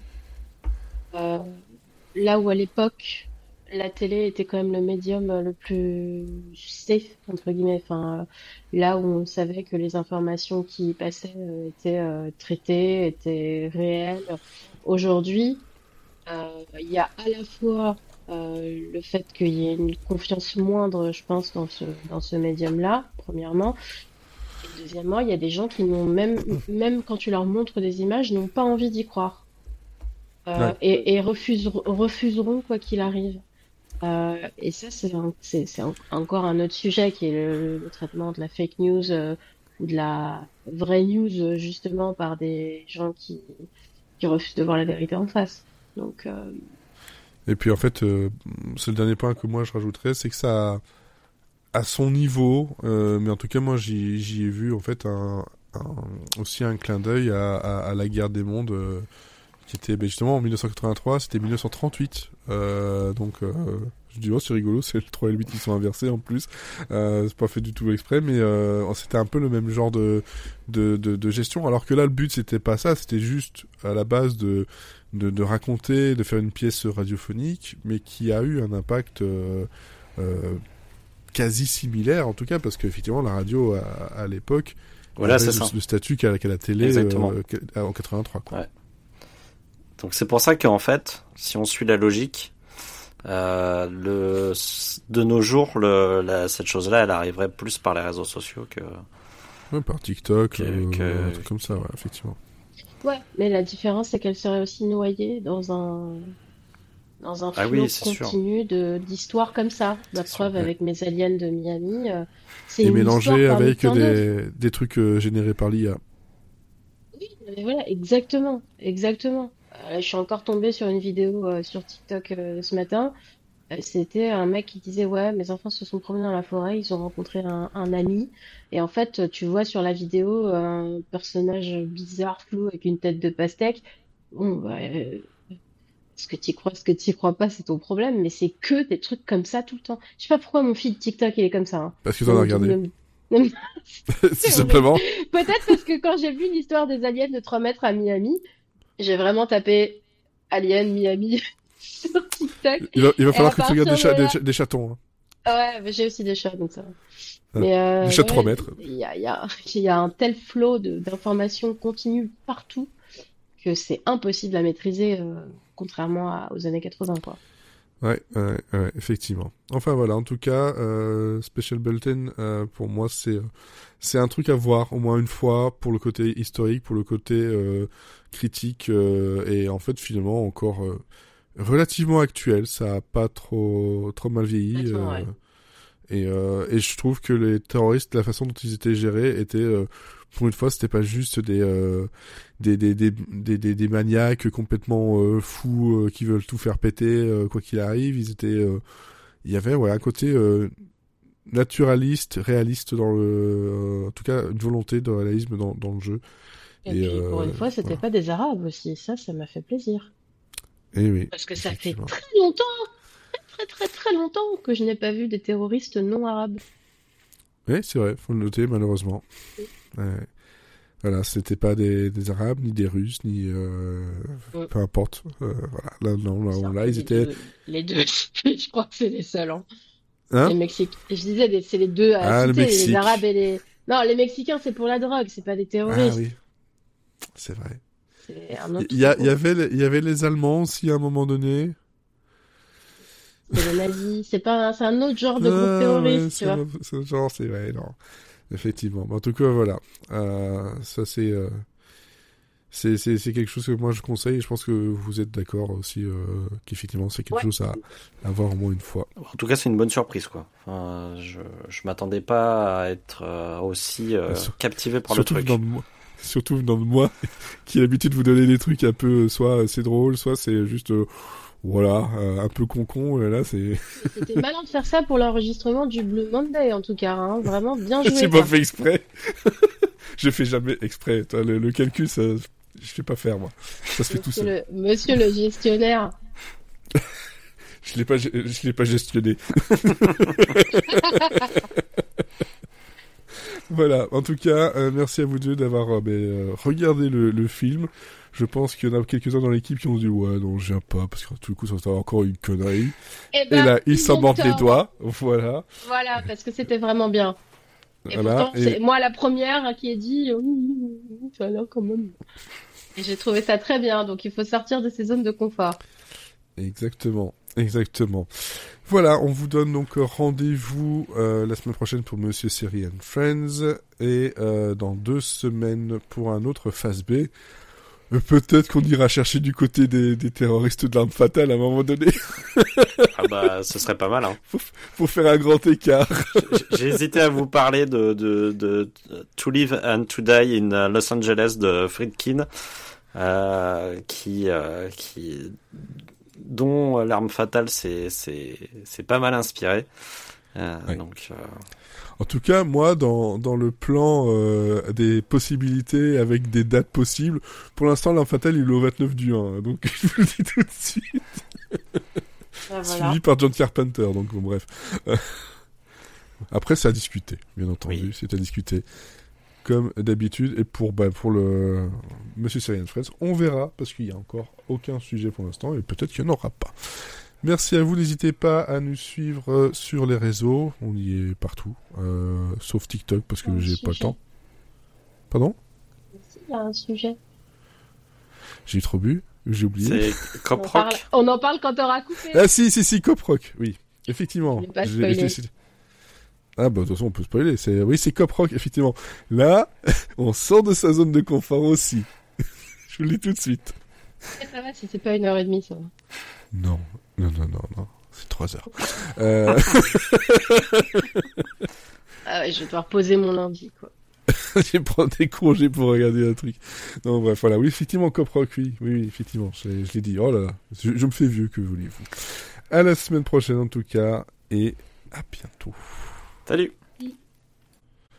Euh, Là où à l'époque, la télé était quand même le médium euh, le plus safe, entre guillemets. Enfin, euh, là où on savait que les informations qui y passaient euh, étaient euh, traitées, étaient réelles. Aujourd'hui, euh, il y a à la fois euh, le fait qu'il y ait une confiance moindre, je pense, dans ce, dans ce médium-là, premièrement. Et deuxièmement, il y a des gens qui n'ont même, même quand tu leur montres des images, n'ont pas envie d'y croire. Euh, Ouais. et, et refuseront, refuseront quoi qu'il arrive. Euh, et ça, c'est un- c'est c'est un- encore un autre sujet qui est le, le traitement de la fake news euh, ou de la vraie news euh, justement par des gens qui, qui refusent de voir la vérité en face. Donc, euh, Et puis en fait, euh, c'est le dernier point que moi je rajouterais, c'est que ça, à son niveau, euh, mais en tout cas moi j'y j'y ai vu en fait un, un- aussi un clin d'œil à, à, à la guerre des mondes, euh, qui était ben, justement en mille neuf cent quatre-vingt-trois, c'était mille neuf cent trente-huit. Euh, donc euh, je dis oh c'est rigolo, c'est le trois et le huit qui sont inversés en plus. Euh, c'est pas fait du tout exprès, mais euh, c'était un peu le même genre de, de, de, de gestion. Alors que là le but c'était pas ça, c'était juste à la base de, de, de raconter, de faire une pièce radiophonique, mais qui a eu un impact euh, euh, quasi similaire en tout cas, parce qu'effectivement la radio à, à l'époque Voilà, avait c'est le, ça. le statut qu'a qu'a la télé Exactement. euh, en quatre-vingt-trois. Quoi. Ouais. Donc c'est pour ça qu'en fait, si on suit la logique, euh, le, de nos jours, le, la, cette chose-là, elle arriverait plus par les réseaux sociaux que... Ouais, par TikTok, Que- euh, que- un truc comme ça, ouais, effectivement. ouais. Mais la différence, c'est qu'elle serait aussi noyée dans un dans un Ah flot oui, c'est sûr. continu de d'histoires comme ça. La C'est preuve sûr, ouais. avec mes aliens de Miami, euh, c'est Et une mélangé histoire parmi avec tant d'autres. des, des trucs euh, générés par l'I A. Oui, mais voilà, exactement, exactement. Euh, là, je suis encore tombée sur une vidéo euh, sur TikTok euh, ce matin. Euh, C'était un mec qui disait, ouais, mes enfants se sont promenés dans la forêt, ils ont rencontré un, un ami. Et en fait, tu vois sur la vidéo un personnage bizarre, flou, avec une tête de pastèque. Bon, bah, euh, ce que t'y crois, ce que t'y crois pas, c'est ton problème, mais c'est que des trucs comme ça tout le temps. Je sais pas pourquoi mon feed TikTok, il est comme ça, hein. Parce que Ne t'en as me- regardé. ne me- ne me- Tout simplement. Peut-être parce que quand j'ai vu l'histoire des aliens de trois mètres à Miami, j'ai vraiment tapé Alien Miami sur TikTok. Il va, il va Et à falloir que tu regardes des, partir cha- de des, là, cha- des chatons. Hein. ouais, mais j'ai aussi des chats, donc ça va. Ah, Mais euh, des chats de trois ouais, mètres. il y a, il y a, il y a un tel flot de, d'informations continues partout que c'est impossible à maîtriser, euh, contrairement à- aux années quatre-vingts, quoi. Ouais, ouais, ouais, effectivement. Enfin voilà, en tout cas, euh, Special Bulletin, euh, pour moi, c'est euh, c'est un truc à voir au moins une fois pour le côté historique, pour le côté euh, critique, euh, et en fait, finalement, encore euh, relativement actuel. Ça a pas trop trop mal vieilli. Complètement, euh, ouais. Et, euh, et je trouve que les terroristes, la façon dont ils étaient gérés, était euh, pour une fois, c'était pas juste des euh, des, des, des, des, des, des maniaques complètement euh, fous euh, qui veulent tout faire péter euh, quoi qu'il arrive. Ils étaient, euh, il y avait ouais un côté euh, naturaliste, réaliste dans le, euh, en tout cas une volonté de réalisme dans dans le jeu. Et, Et puis, pour euh, une fois, c'était voilà. pas des Arabes aussi. Ça, ça m'a fait plaisir. Et oui, Parce que ça fait effectivement. très longtemps, très, très, très longtemps que je n'ai pas vu des terroristes non arabes. Oui, c'est vrai, faut le noter malheureusement. Ouais. Voilà, c'était pas des, des Arabes, ni des Russes, ni euh, Mm. peu importe. Euh, voilà, là, non, là, C'est un là, peu ils les étaient. deux, les deux. Je crois que c'est les seuls, hein. Hein? Les Mexicains. Je disais, les- c'est les deux à Ah, le citer, les Mexique. Arabes et les. Non, les Mexicains, c'est pour la drogue, c'est pas des Ah terroristes. oui, c'est vrai. C'est un autre Il y, a, truc, il y quoi. avait, les- il y avait les Allemands aussi à un moment donné. C'est les nazis. C'est pas un, c'est un autre genre de groupe Ah, ouais, terroriste, tu c'est vois. un- c'est un genre, c'est vrai, non. Effectivement. Mais en tout cas, voilà. Euh, ça, c'est, euh, c'est, c'est, c'est quelque chose que moi je conseille et je pense que vous êtes d'accord aussi, euh, qu'effectivement, c'est quelque Ouais. chose à, à voir au moins une fois. En tout cas, c'est une bonne surprise, quoi. Enfin, je, je m'attendais pas à être euh, aussi euh, Bien sûr. captivé par Surtout le truc. venant de moi. Surtout venant de moi, qui a l'habitude de vous donner des trucs un peu, soit c'est drôle, soit c'est juste, euh, Voilà, euh, un peu con-con, là, là c'est... C'était malin de faire ça pour l'enregistrement du Blue Monday, en tout cas. Hein. Vraiment bien joué. J'ai quoi. pas fait exprès. Je fais jamais exprès. Toi, le, le calcul, ça, je fais pas faire, moi. Ça se fait tout Monsieur seul. le, monsieur le gestionnaire. Je l'ai pas, je, je l'ai pas gestionné. Voilà. En tout cas, euh, merci à vous deux d'avoir euh, ben, euh, regardé le, le film. Je pense qu'il y en a quelques-uns dans l'équipe qui ont dit ouais non je viens pas parce que tout le coup ça serait encore une connerie. Et, Et là ils s'en ont mordent les tort. doigts. Voilà. Voilà, parce que c'était vraiment bien. Et Voilà. pourtant, Et- c'est moi la première hein, qui ai dit oui, ça là quand même. Et j'ai trouvé ça très bien, donc il faut sortir de ces zones de confort. Exactement, exactement. Voilà, on vous donne donc rendez-vous euh, la semaine prochaine pour Monsieur Série and Friends et euh, dans deux semaines pour un autre phase B. Euh, Peut-être qu'on ira chercher du côté des, des terroristes de l'arme fatale à un moment donné Ah bah, ce serait pas mal. Hein. pour faire un grand écart. J'ai- J'ai hésité à vous parler de, de, de To Live and To Die in Los Angeles de Friedkin, euh, qui, euh, qui, dont l'arme fatale c'est, c'est, c'est pas mal inspiré. Euh, Ouais. Donc, euh, En tout cas, moi, dans, dans le plan euh, des possibilités avec des dates possibles, pour l'instant, l'arme fatale, il est au vingt-neuf du un. Donc, je vous le dis tout de suite. Ah, voilà. Suivi par John Carpenter, donc bon, bref. Euh, Après, c'est à discuter, bien entendu, Oui. c'est à discuter, comme d'habitude. Et pour, bah, pour le Monsieur Série and Friends, on verra, parce qu'il n'y a encore aucun sujet pour l'instant, et peut-être qu'il n'y en aura pas. Merci à vous, n'hésitez pas à nous suivre euh, sur les réseaux, on y est partout, euh, sauf TikTok, parce que Un j'ai pas le sujet. temps. Pardon? Il y a un sujet. J'ai trop bu? J'ai oublié. c'est On, Cop parle- Rock. on en parle quand t'auras coupé. Ah si, si, si, Cop Rock, oui. Effectivement. Je vais pas J'ai- spoiler. j'ai- Ah bah de toute façon on peut spoiler. C'est... Oui, c'est Cop Rock, effectivement. Là, on sort de sa zone de confort aussi. Je vous le dis tout de suite. Ça va si c'est pas une heure et demie, ça va. Non, non, non, non, non. C'est trois heures. Euh... Ah ouais, je vais devoir poser mon lundi, quoi. je vais prendre des congés pour regarder un truc. Non, bref, voilà. Oui, effectivement, Cop Rock, oui. Oui, oui, effectivement. Je, l'ai- je l'ai dit. Oh là là. Je, je me fais vieux, que voulez-vous. À la semaine prochaine, en tout cas. Et à bientôt. Salut.